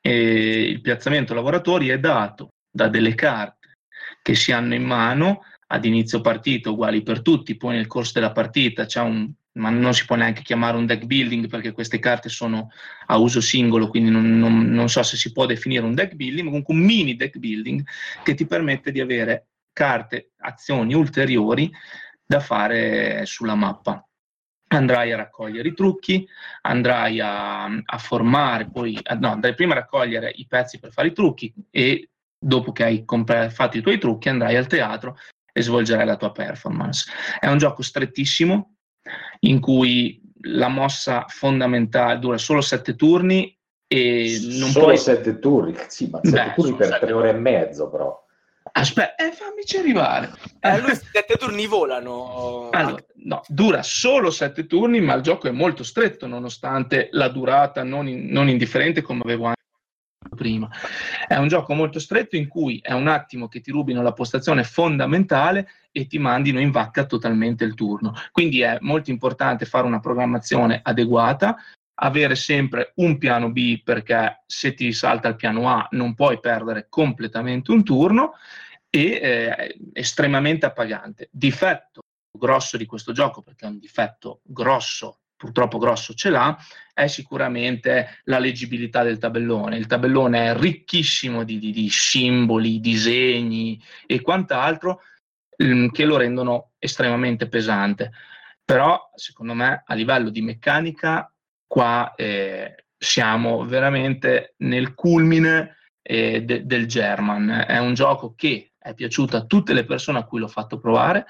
il piazzamento lavoratori è dato da delle carte che si hanno in mano ad inizio partita, uguali per tutti, poi nel corso della partita c'è ma non si può neanche chiamare un deck building perché queste carte sono a uso singolo, quindi non so se si può definire un deck building, ma comunque un mini deck building che ti permette di avere carte, azioni ulteriori da fare sulla mappa. Andrai a raccogliere i trucchi, andrai a formare, andrai prima a raccogliere i pezzi per fare i trucchi e dopo che hai fatto i tuoi trucchi andrai al teatro e svolgerai la tua performance. È un gioco strettissimo in cui la mossa fondamentale dura solo 7 turni e non solo puoi... 7 turni? Sì, ma 7 turni per 3 ore e mezzo però. Aspetta, fammici arrivare. Lui 7 turni volano. Allora, no, dura solo 7 turni, ma il gioco è molto stretto, nonostante la durata non indifferente come avevo anche prima. È un gioco molto stretto in cui è un attimo che ti rubino la postazione fondamentale e ti mandino in vacca totalmente il turno. Quindi è molto importante fare una programmazione adeguata, avere sempre un piano B, perché se ti salta il piano A non puoi perdere completamente un turno, e è estremamente appagante. Difetto grosso di questo gioco, perché è un difetto grosso, purtroppo grosso ce l'ha, è sicuramente la leggibilità del tabellone. Il tabellone è ricchissimo di simboli, disegni e quant'altro che lo rendono estremamente pesante. Però, secondo me, a livello di meccanica, qua siamo veramente nel culmine del German. È un gioco che è piaciuto a tutte le persone a cui l'ho fatto provare,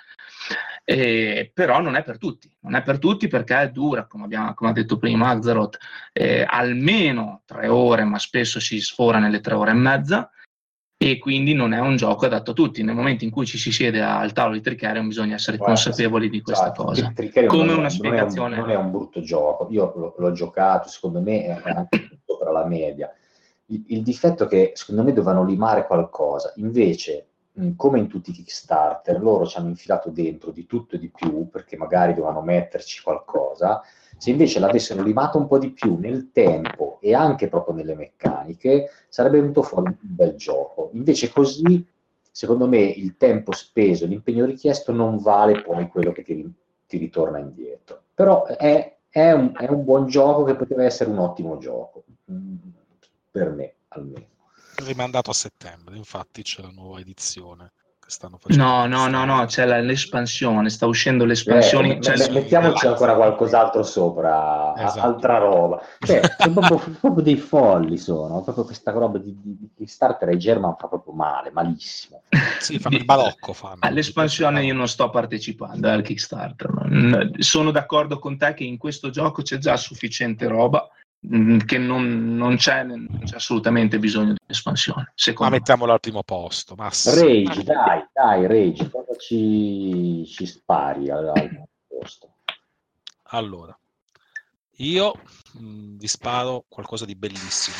però non è per tutti. Non è per tutti perché è dura, come ha detto prima Axaroth, almeno 3 ore, ma spesso si sfora nelle 3 ore e mezza, e quindi non è un gioco adatto a tutti. Nel momento in cui ci si siede al tavolo di Tricerion bisogna essere consapevoli di questa cosa. Come una spiegazione. Non è un brutto gioco, io l'ho giocato, secondo me è anche sopra la media. Il difetto è che secondo me dovevano limare qualcosa, invece come in tutti i Kickstarter loro ci hanno infilato dentro di tutto e di più perché magari dovevano metterci qualcosa. Se invece l'avessero limato un po' di più nel tempo e anche proprio nelle meccaniche, sarebbe venuto fuori un bel gioco. Invece così, secondo me, il tempo speso, l'impegno richiesto non vale poi quello che ti ritorna indietro. Però è un buon gioco che poteva essere un ottimo gioco, per me almeno. Rimandato a settembre, infatti c'è la nuova edizione. Stanno facendo No, c'è l'espansione, sta uscendo l'espansione. Mettiamoci ancora qualcos'altro sopra, esatto. Altra roba. Cioè, sono proprio dei folli, proprio questa roba di Kickstarter e German fa proprio male, malissimo. Sì, fanno il balocco. All'espansione io non sto partecipando al Kickstarter. Sono d'accordo con te che in questo gioco c'è già sufficiente roba, che non c'è assolutamente bisogno di espansione. Ma mettiamolo al primo posto. Rage, dai, Rage, cosa ci spari al primo posto? Allora, io vi sparo qualcosa di bellissimo.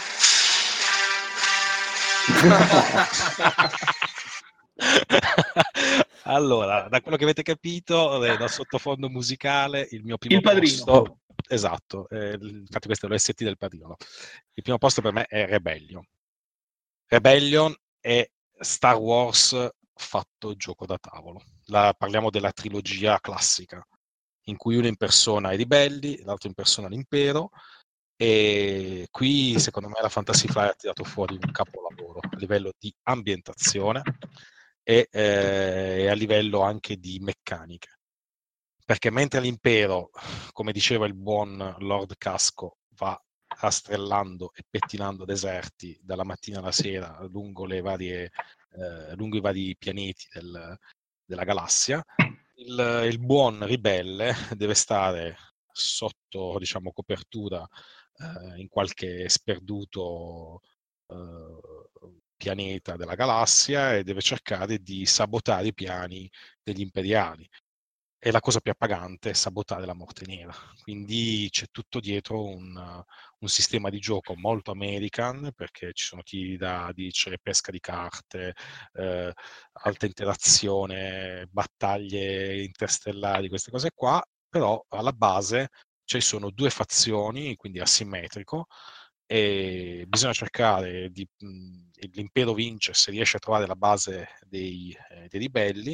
Allora, da quello che avete capito, dal sottofondo musicale, il mio primo posto... Esatto, infatti questo è l'OST del Padrino. Il primo posto per me è Rebellion. Rebellion è Star Wars fatto gioco da tavolo. Parliamo della trilogia classica, in cui uno impersona i ribelli, l'altro impersona l'impero, e qui secondo me la Fantasy Flight ha tirato fuori un capolavoro a livello di ambientazione e a livello anche di meccaniche. Perché mentre l'impero, come diceva il buon Lord Casco, va rastrellando e pettinando deserti dalla mattina alla sera lungo i vari pianeti della galassia, il buon ribelle deve stare sotto, diciamo, copertura in qualche sperduto pianeta della galassia e deve cercare di sabotare i piani degli imperiali. e la cosa più appagante è sabotare la morte nera. Quindi c'è tutto dietro un sistema di gioco molto American, perché ci sono tiri da c'è pesca di carte, alta interazione, battaglie interstellari, queste cose qua, però alla base ci sono due fazioni, quindi asimmetrico, e bisogna cercare l'impero vince se riesce a trovare la base dei ribelli,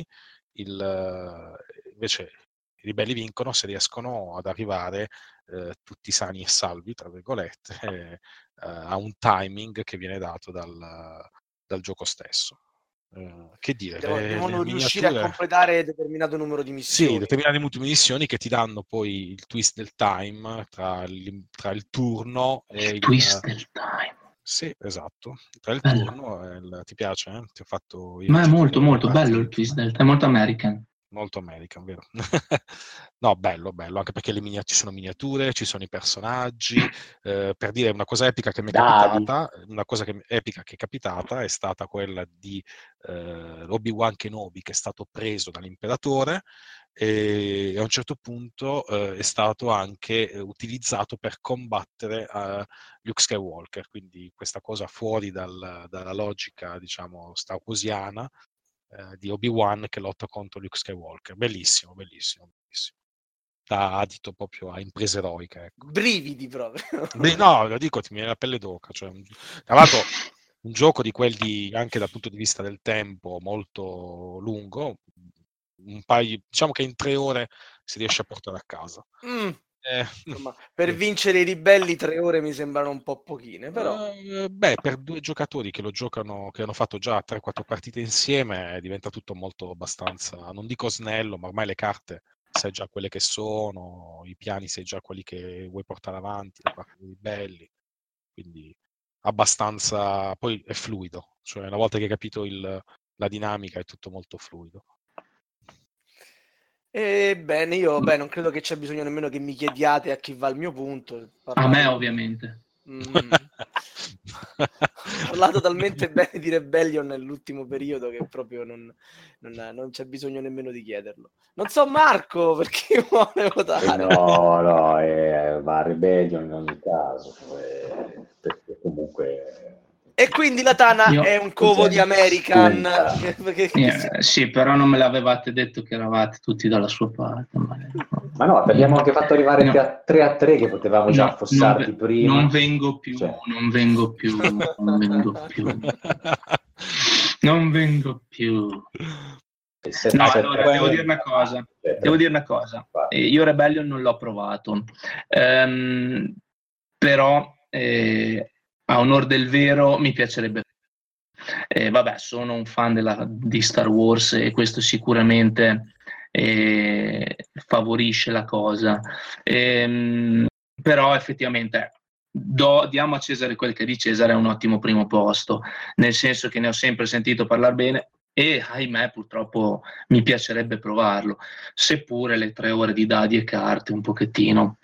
invece i ribelli vincono se riescono ad arrivare tutti sani e salvi, tra virgolette, a un timing che viene dato dal gioco stesso. Che dire, devono le riuscire a miniature... completare determinato numero di missioni. Sì, determinate missioni che ti danno poi il twist del time tra il turno e il twist del time. Sì, esatto. Tra il Bello. turno e ti piace? Ti ho fatto Ma è molto molto bello il twist del time, è molto American. Molto American, vero? No, bello, anche perché ci sono miniature, ci sono i personaggi. Per dire una cosa epica che mi è capitata, epica che è capitata è stata quella di Obi-Wan Kenobi, che è stato preso dall'imperatore e a un certo punto è stato anche utilizzato per combattere Luke Skywalker, quindi questa cosa fuori dalla logica, diciamo, starwalsiana, di Obi-Wan che lotta contro Luke Skywalker. Bellissimo. Da adito proprio a imprese eroiche. Ecco. Brividi proprio. No, lo dico, ti viene la pelle d'oca. Cioè, tra l'altro, un gioco di quelli anche dal punto di vista del tempo molto lungo, diciamo che in 3 ore si riesce a portare a casa. Insomma, per vincere i ribelli 3 ore mi sembrano un po' pochine, però per 2 giocatori che lo giocano, che hanno fatto già 3-4 partite insieme, diventa tutto molto abbastanza, non dico snello, ma ormai le carte sai già quelle che sono, i piani sai già quelli che vuoi portare avanti da parte dei ribelli, quindi abbastanza, poi è fluido, cioè una volta che hai capito la dinamica è tutto molto fluido. Ebbene, io non credo che c'è bisogno nemmeno che mi chiediate a chi va il mio punto. A me, ovviamente. Ho parlato talmente bene di Rebellion nell'ultimo periodo che proprio non c'è bisogno nemmeno di chiederlo. Non so Marco perché vuole votare. No, va a Rebellion in ogni caso, perché comunque... E quindi la Tana è un covo di American. Sì, però non me l'avevate detto che eravate tutti dalla sua parte. Ma no, abbiamo anche fatto arrivare 3-3 che potevamo già affossarti prima. Non vengo più. No, allora, devo dire una cosa. Io Rebellion non l'ho provato. Però a onor del vero mi piacerebbe. Sono un fan di Star Wars e questo sicuramente favorisce la cosa. Però effettivamente diamo a Cesare quel che è di Cesare, è un ottimo primo posto, nel senso che ne ho sempre sentito parlare bene e ahimè purtroppo mi piacerebbe provarlo, seppure le 3 ore di dadi e carte un pochettino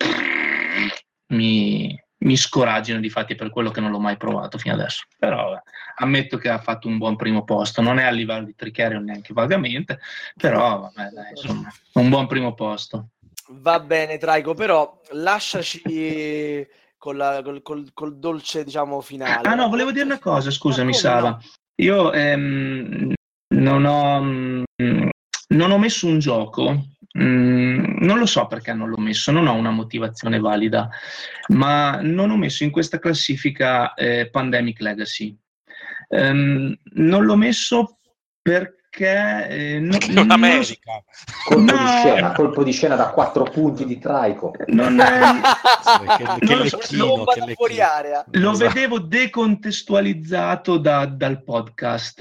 mi scoraggino, difatti per quello che non l'ho mai provato fino adesso, però ammetto che ha fatto un buon primo posto, non è a livello di Tricarion neanche vagamente, però insomma, un buon primo posto. Va bene Traico, però lasciaci col dolce, diciamo, finale. Ah no, volevo dire una cosa, scusami Sava, no? Io non ho messo un gioco, non lo so perché non l'ho messo, non ho una motivazione valida, ma non ho messo in questa classifica Pandemic Legacy. Non l'ho messo perché America. Colpo di scena da 4 punti di Traico. Lo vedevo decontestualizzato dal podcast,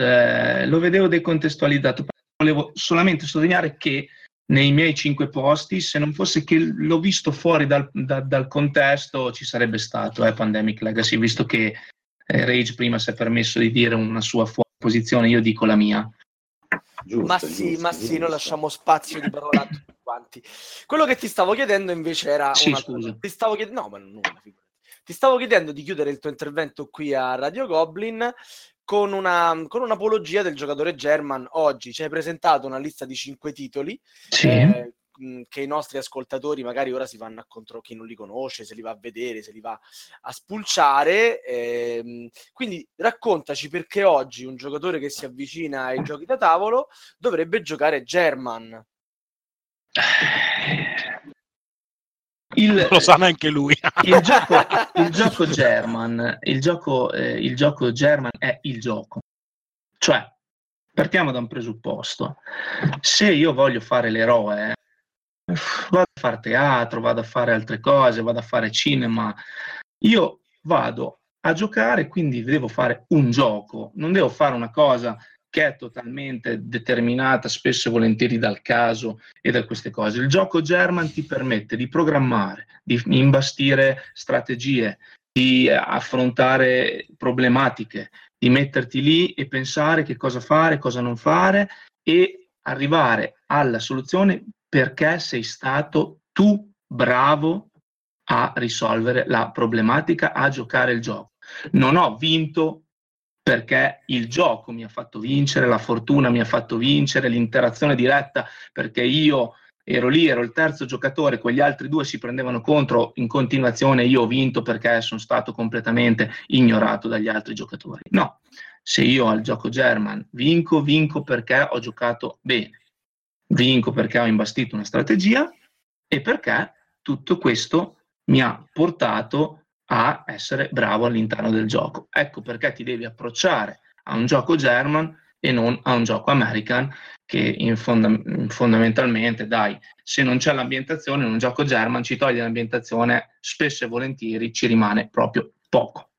volevo solamente sottolineare che nei miei 5 posti, se non fosse che l'ho visto fuori dal contesto, ci sarebbe stato Pandemic Legacy, visto che Rage prima si è permesso di dire una sua posizione, io dico la mia. Giusto, noi lasciamo spazio di parola a tutti quanti. Quello che ti stavo chiedendo invece era scusa. Ti stavo chiedendo di chiudere il tuo intervento qui a Radio Goblin con un'apologia del giocatore German. Oggi ci hai presentato una lista di 5 titoli, sì. che i nostri ascoltatori magari ora si vanno a chi non li conosce, se li va a vedere, se li va a spulciare. Quindi raccontaci perché oggi un giocatore che si avvicina ai giochi da tavolo dovrebbe giocare German. Lo sa neanche lui. Il gioco German è il gioco. Cioè, partiamo da un presupposto. Se io voglio fare l'eroe, vado a fare teatro, vado a fare altre cose, vado a fare cinema, io vado a giocare, quindi devo fare un gioco, non devo fare una cosa che è totalmente determinata spesso e volentieri dal caso e da queste cose. Il gioco German ti permette di programmare, di imbastire strategie, di affrontare problematiche, di metterti lì e pensare che cosa fare, cosa non fare e arrivare alla soluzione perché sei stato tu bravo a risolvere la problematica, a giocare il gioco. Non ho vinto perché il gioco mi ha fatto vincere, la fortuna mi ha fatto vincere, l'interazione diretta perché io ero lì, ero il terzo giocatore, quegli altri due si prendevano contro in continuazione, io ho vinto perché sono stato completamente ignorato dagli altri giocatori. No, se io al gioco German vinco perché ho giocato bene, vinco perché ho imbastito una strategia e perché tutto questo mi ha portato a essere bravo all'interno del gioco. Ecco perché ti devi approcciare a un gioco German e non a un gioco American, che fondamentalmente, dai, se non c'è l'ambientazione in un gioco German ci toglie l'ambientazione, spesso e volentieri ci rimane proprio poco.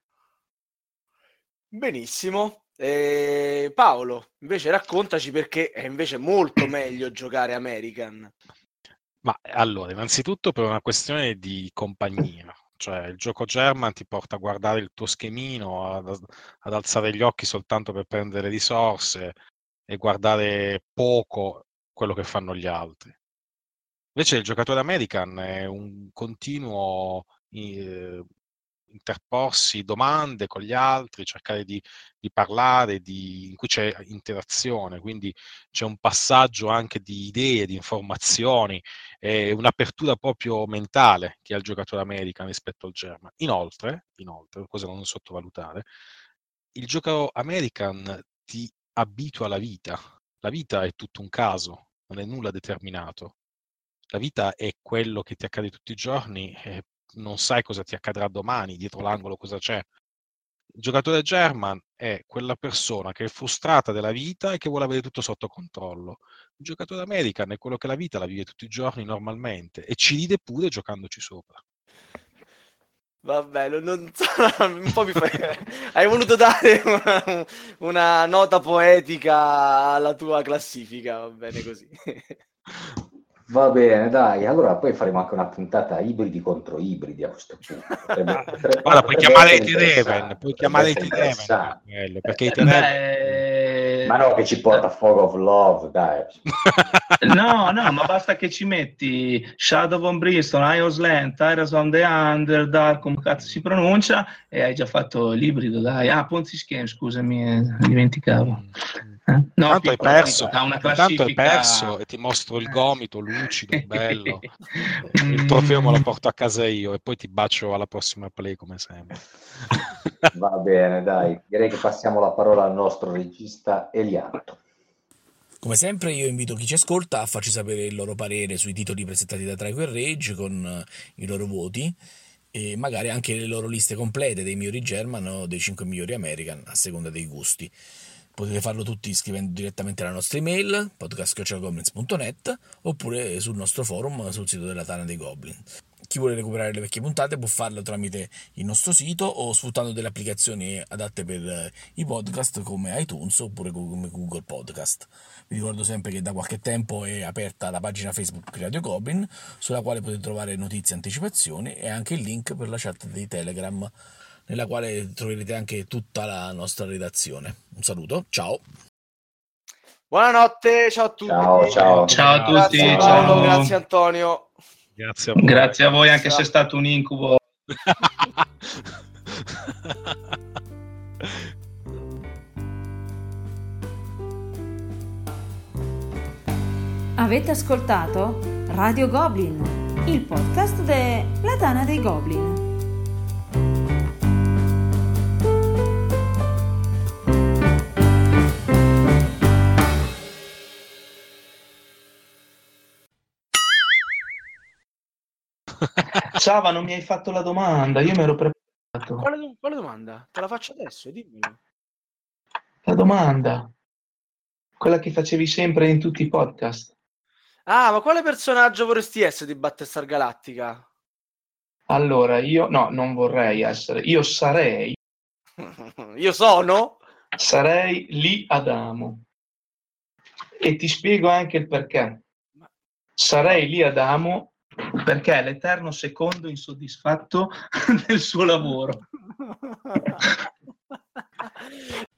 Benissimo. Paolo, invece raccontaci perché è invece molto meglio giocare American. Ma allora, innanzitutto per una questione di compagnia, cioè il gioco German ti porta a guardare il tuo schemino, ad alzare gli occhi soltanto per prendere risorse e guardare poco quello che fanno gli altri. Invece il giocatore American è un continuo interporsi domande con gli altri, cercare di parlare, in cui c'è interazione, quindi c'è un passaggio anche di idee, di informazioni, un'apertura proprio mentale che ha il giocatore American rispetto al German. Inoltre, cosa da non sottovalutare, il gioco American ti abitua alla vita. La vita è tutto un caso, non è nulla determinato. La vita è quello che ti accade tutti i giorni, non sai cosa ti accadrà domani, dietro l'angolo cosa c'è. Il giocatore German è quella persona che è frustrata della vita e che vuole avere tutto sotto controllo. Il giocatore American è quello che la vita la vive tutti i giorni normalmente e ci ride pure giocandoci sopra. Vabbè, non so, un po' hai voluto dare una nota poetica alla tua classifica, va bene così. Va bene, dai, allora poi faremo anche una puntata ibridi contro ibridi a questo punto. Guarda, puoi chiamare IT Raven, perché IT Raven... Ma no, che ci porta Fog of Love, dai. No, ma basta che ci metti Shadow on Brimstone, Ios Land, Tyrus on the Underdark, come cazzo si pronuncia, e hai già fatto l'ibrido, dai. Ah, Ponzi Scheme, scusami, dimenticavo. No, tanto hai perso, una intanto hai perso e ti mostro il gomito lucido, bello. Il trofeo me lo porto a casa io e poi ti bacio alla prossima play come sempre. Va bene, dai, direi che passiamo la parola al nostro regista Elianto. Come sempre io invito chi ci ascolta a farci sapere il loro parere sui titoli presentati da Trico e Rage con i loro voti e magari anche le loro liste complete dei migliori German o dei 5 migliori American a seconda dei gusti. Potete farlo tutti scrivendo direttamente alla nostra email podcast@goblins.net oppure sul nostro forum sul sito della Tana dei Goblin. Chi vuole recuperare le vecchie puntate può farlo tramite il nostro sito o sfruttando delle applicazioni adatte per i podcast come iTunes oppure come Google Podcast. Vi ricordo sempre che da qualche tempo è aperta la pagina Facebook Radio Goblin, sulla quale potete trovare notizie e anticipazioni e anche il link per la chat di Telegram, nella quale troverete anche tutta la nostra redazione. Un saluto, ciao! Buonanotte, ciao a tutti! Ciao a tutti! Grazie Paolo, grazie Antonio! Grazie a voi anche se è stato un incubo. Avete ascoltato Radio Goblin, il podcast della Tana dei Goblin. Sava, non mi hai fatto la domanda, io mi ero preparato. Quale domanda? Te la faccio adesso, dimmelo. La domanda, quella che facevi sempre in tutti i podcast. Ah, ma quale personaggio vorresti essere di Battlestar Galactica? Allora, io no, non vorrei essere, io sarei Lee Adamo. E ti spiego anche il perché. Sarei Lee Adamo perché è l'eterno secondo insoddisfatto del suo lavoro.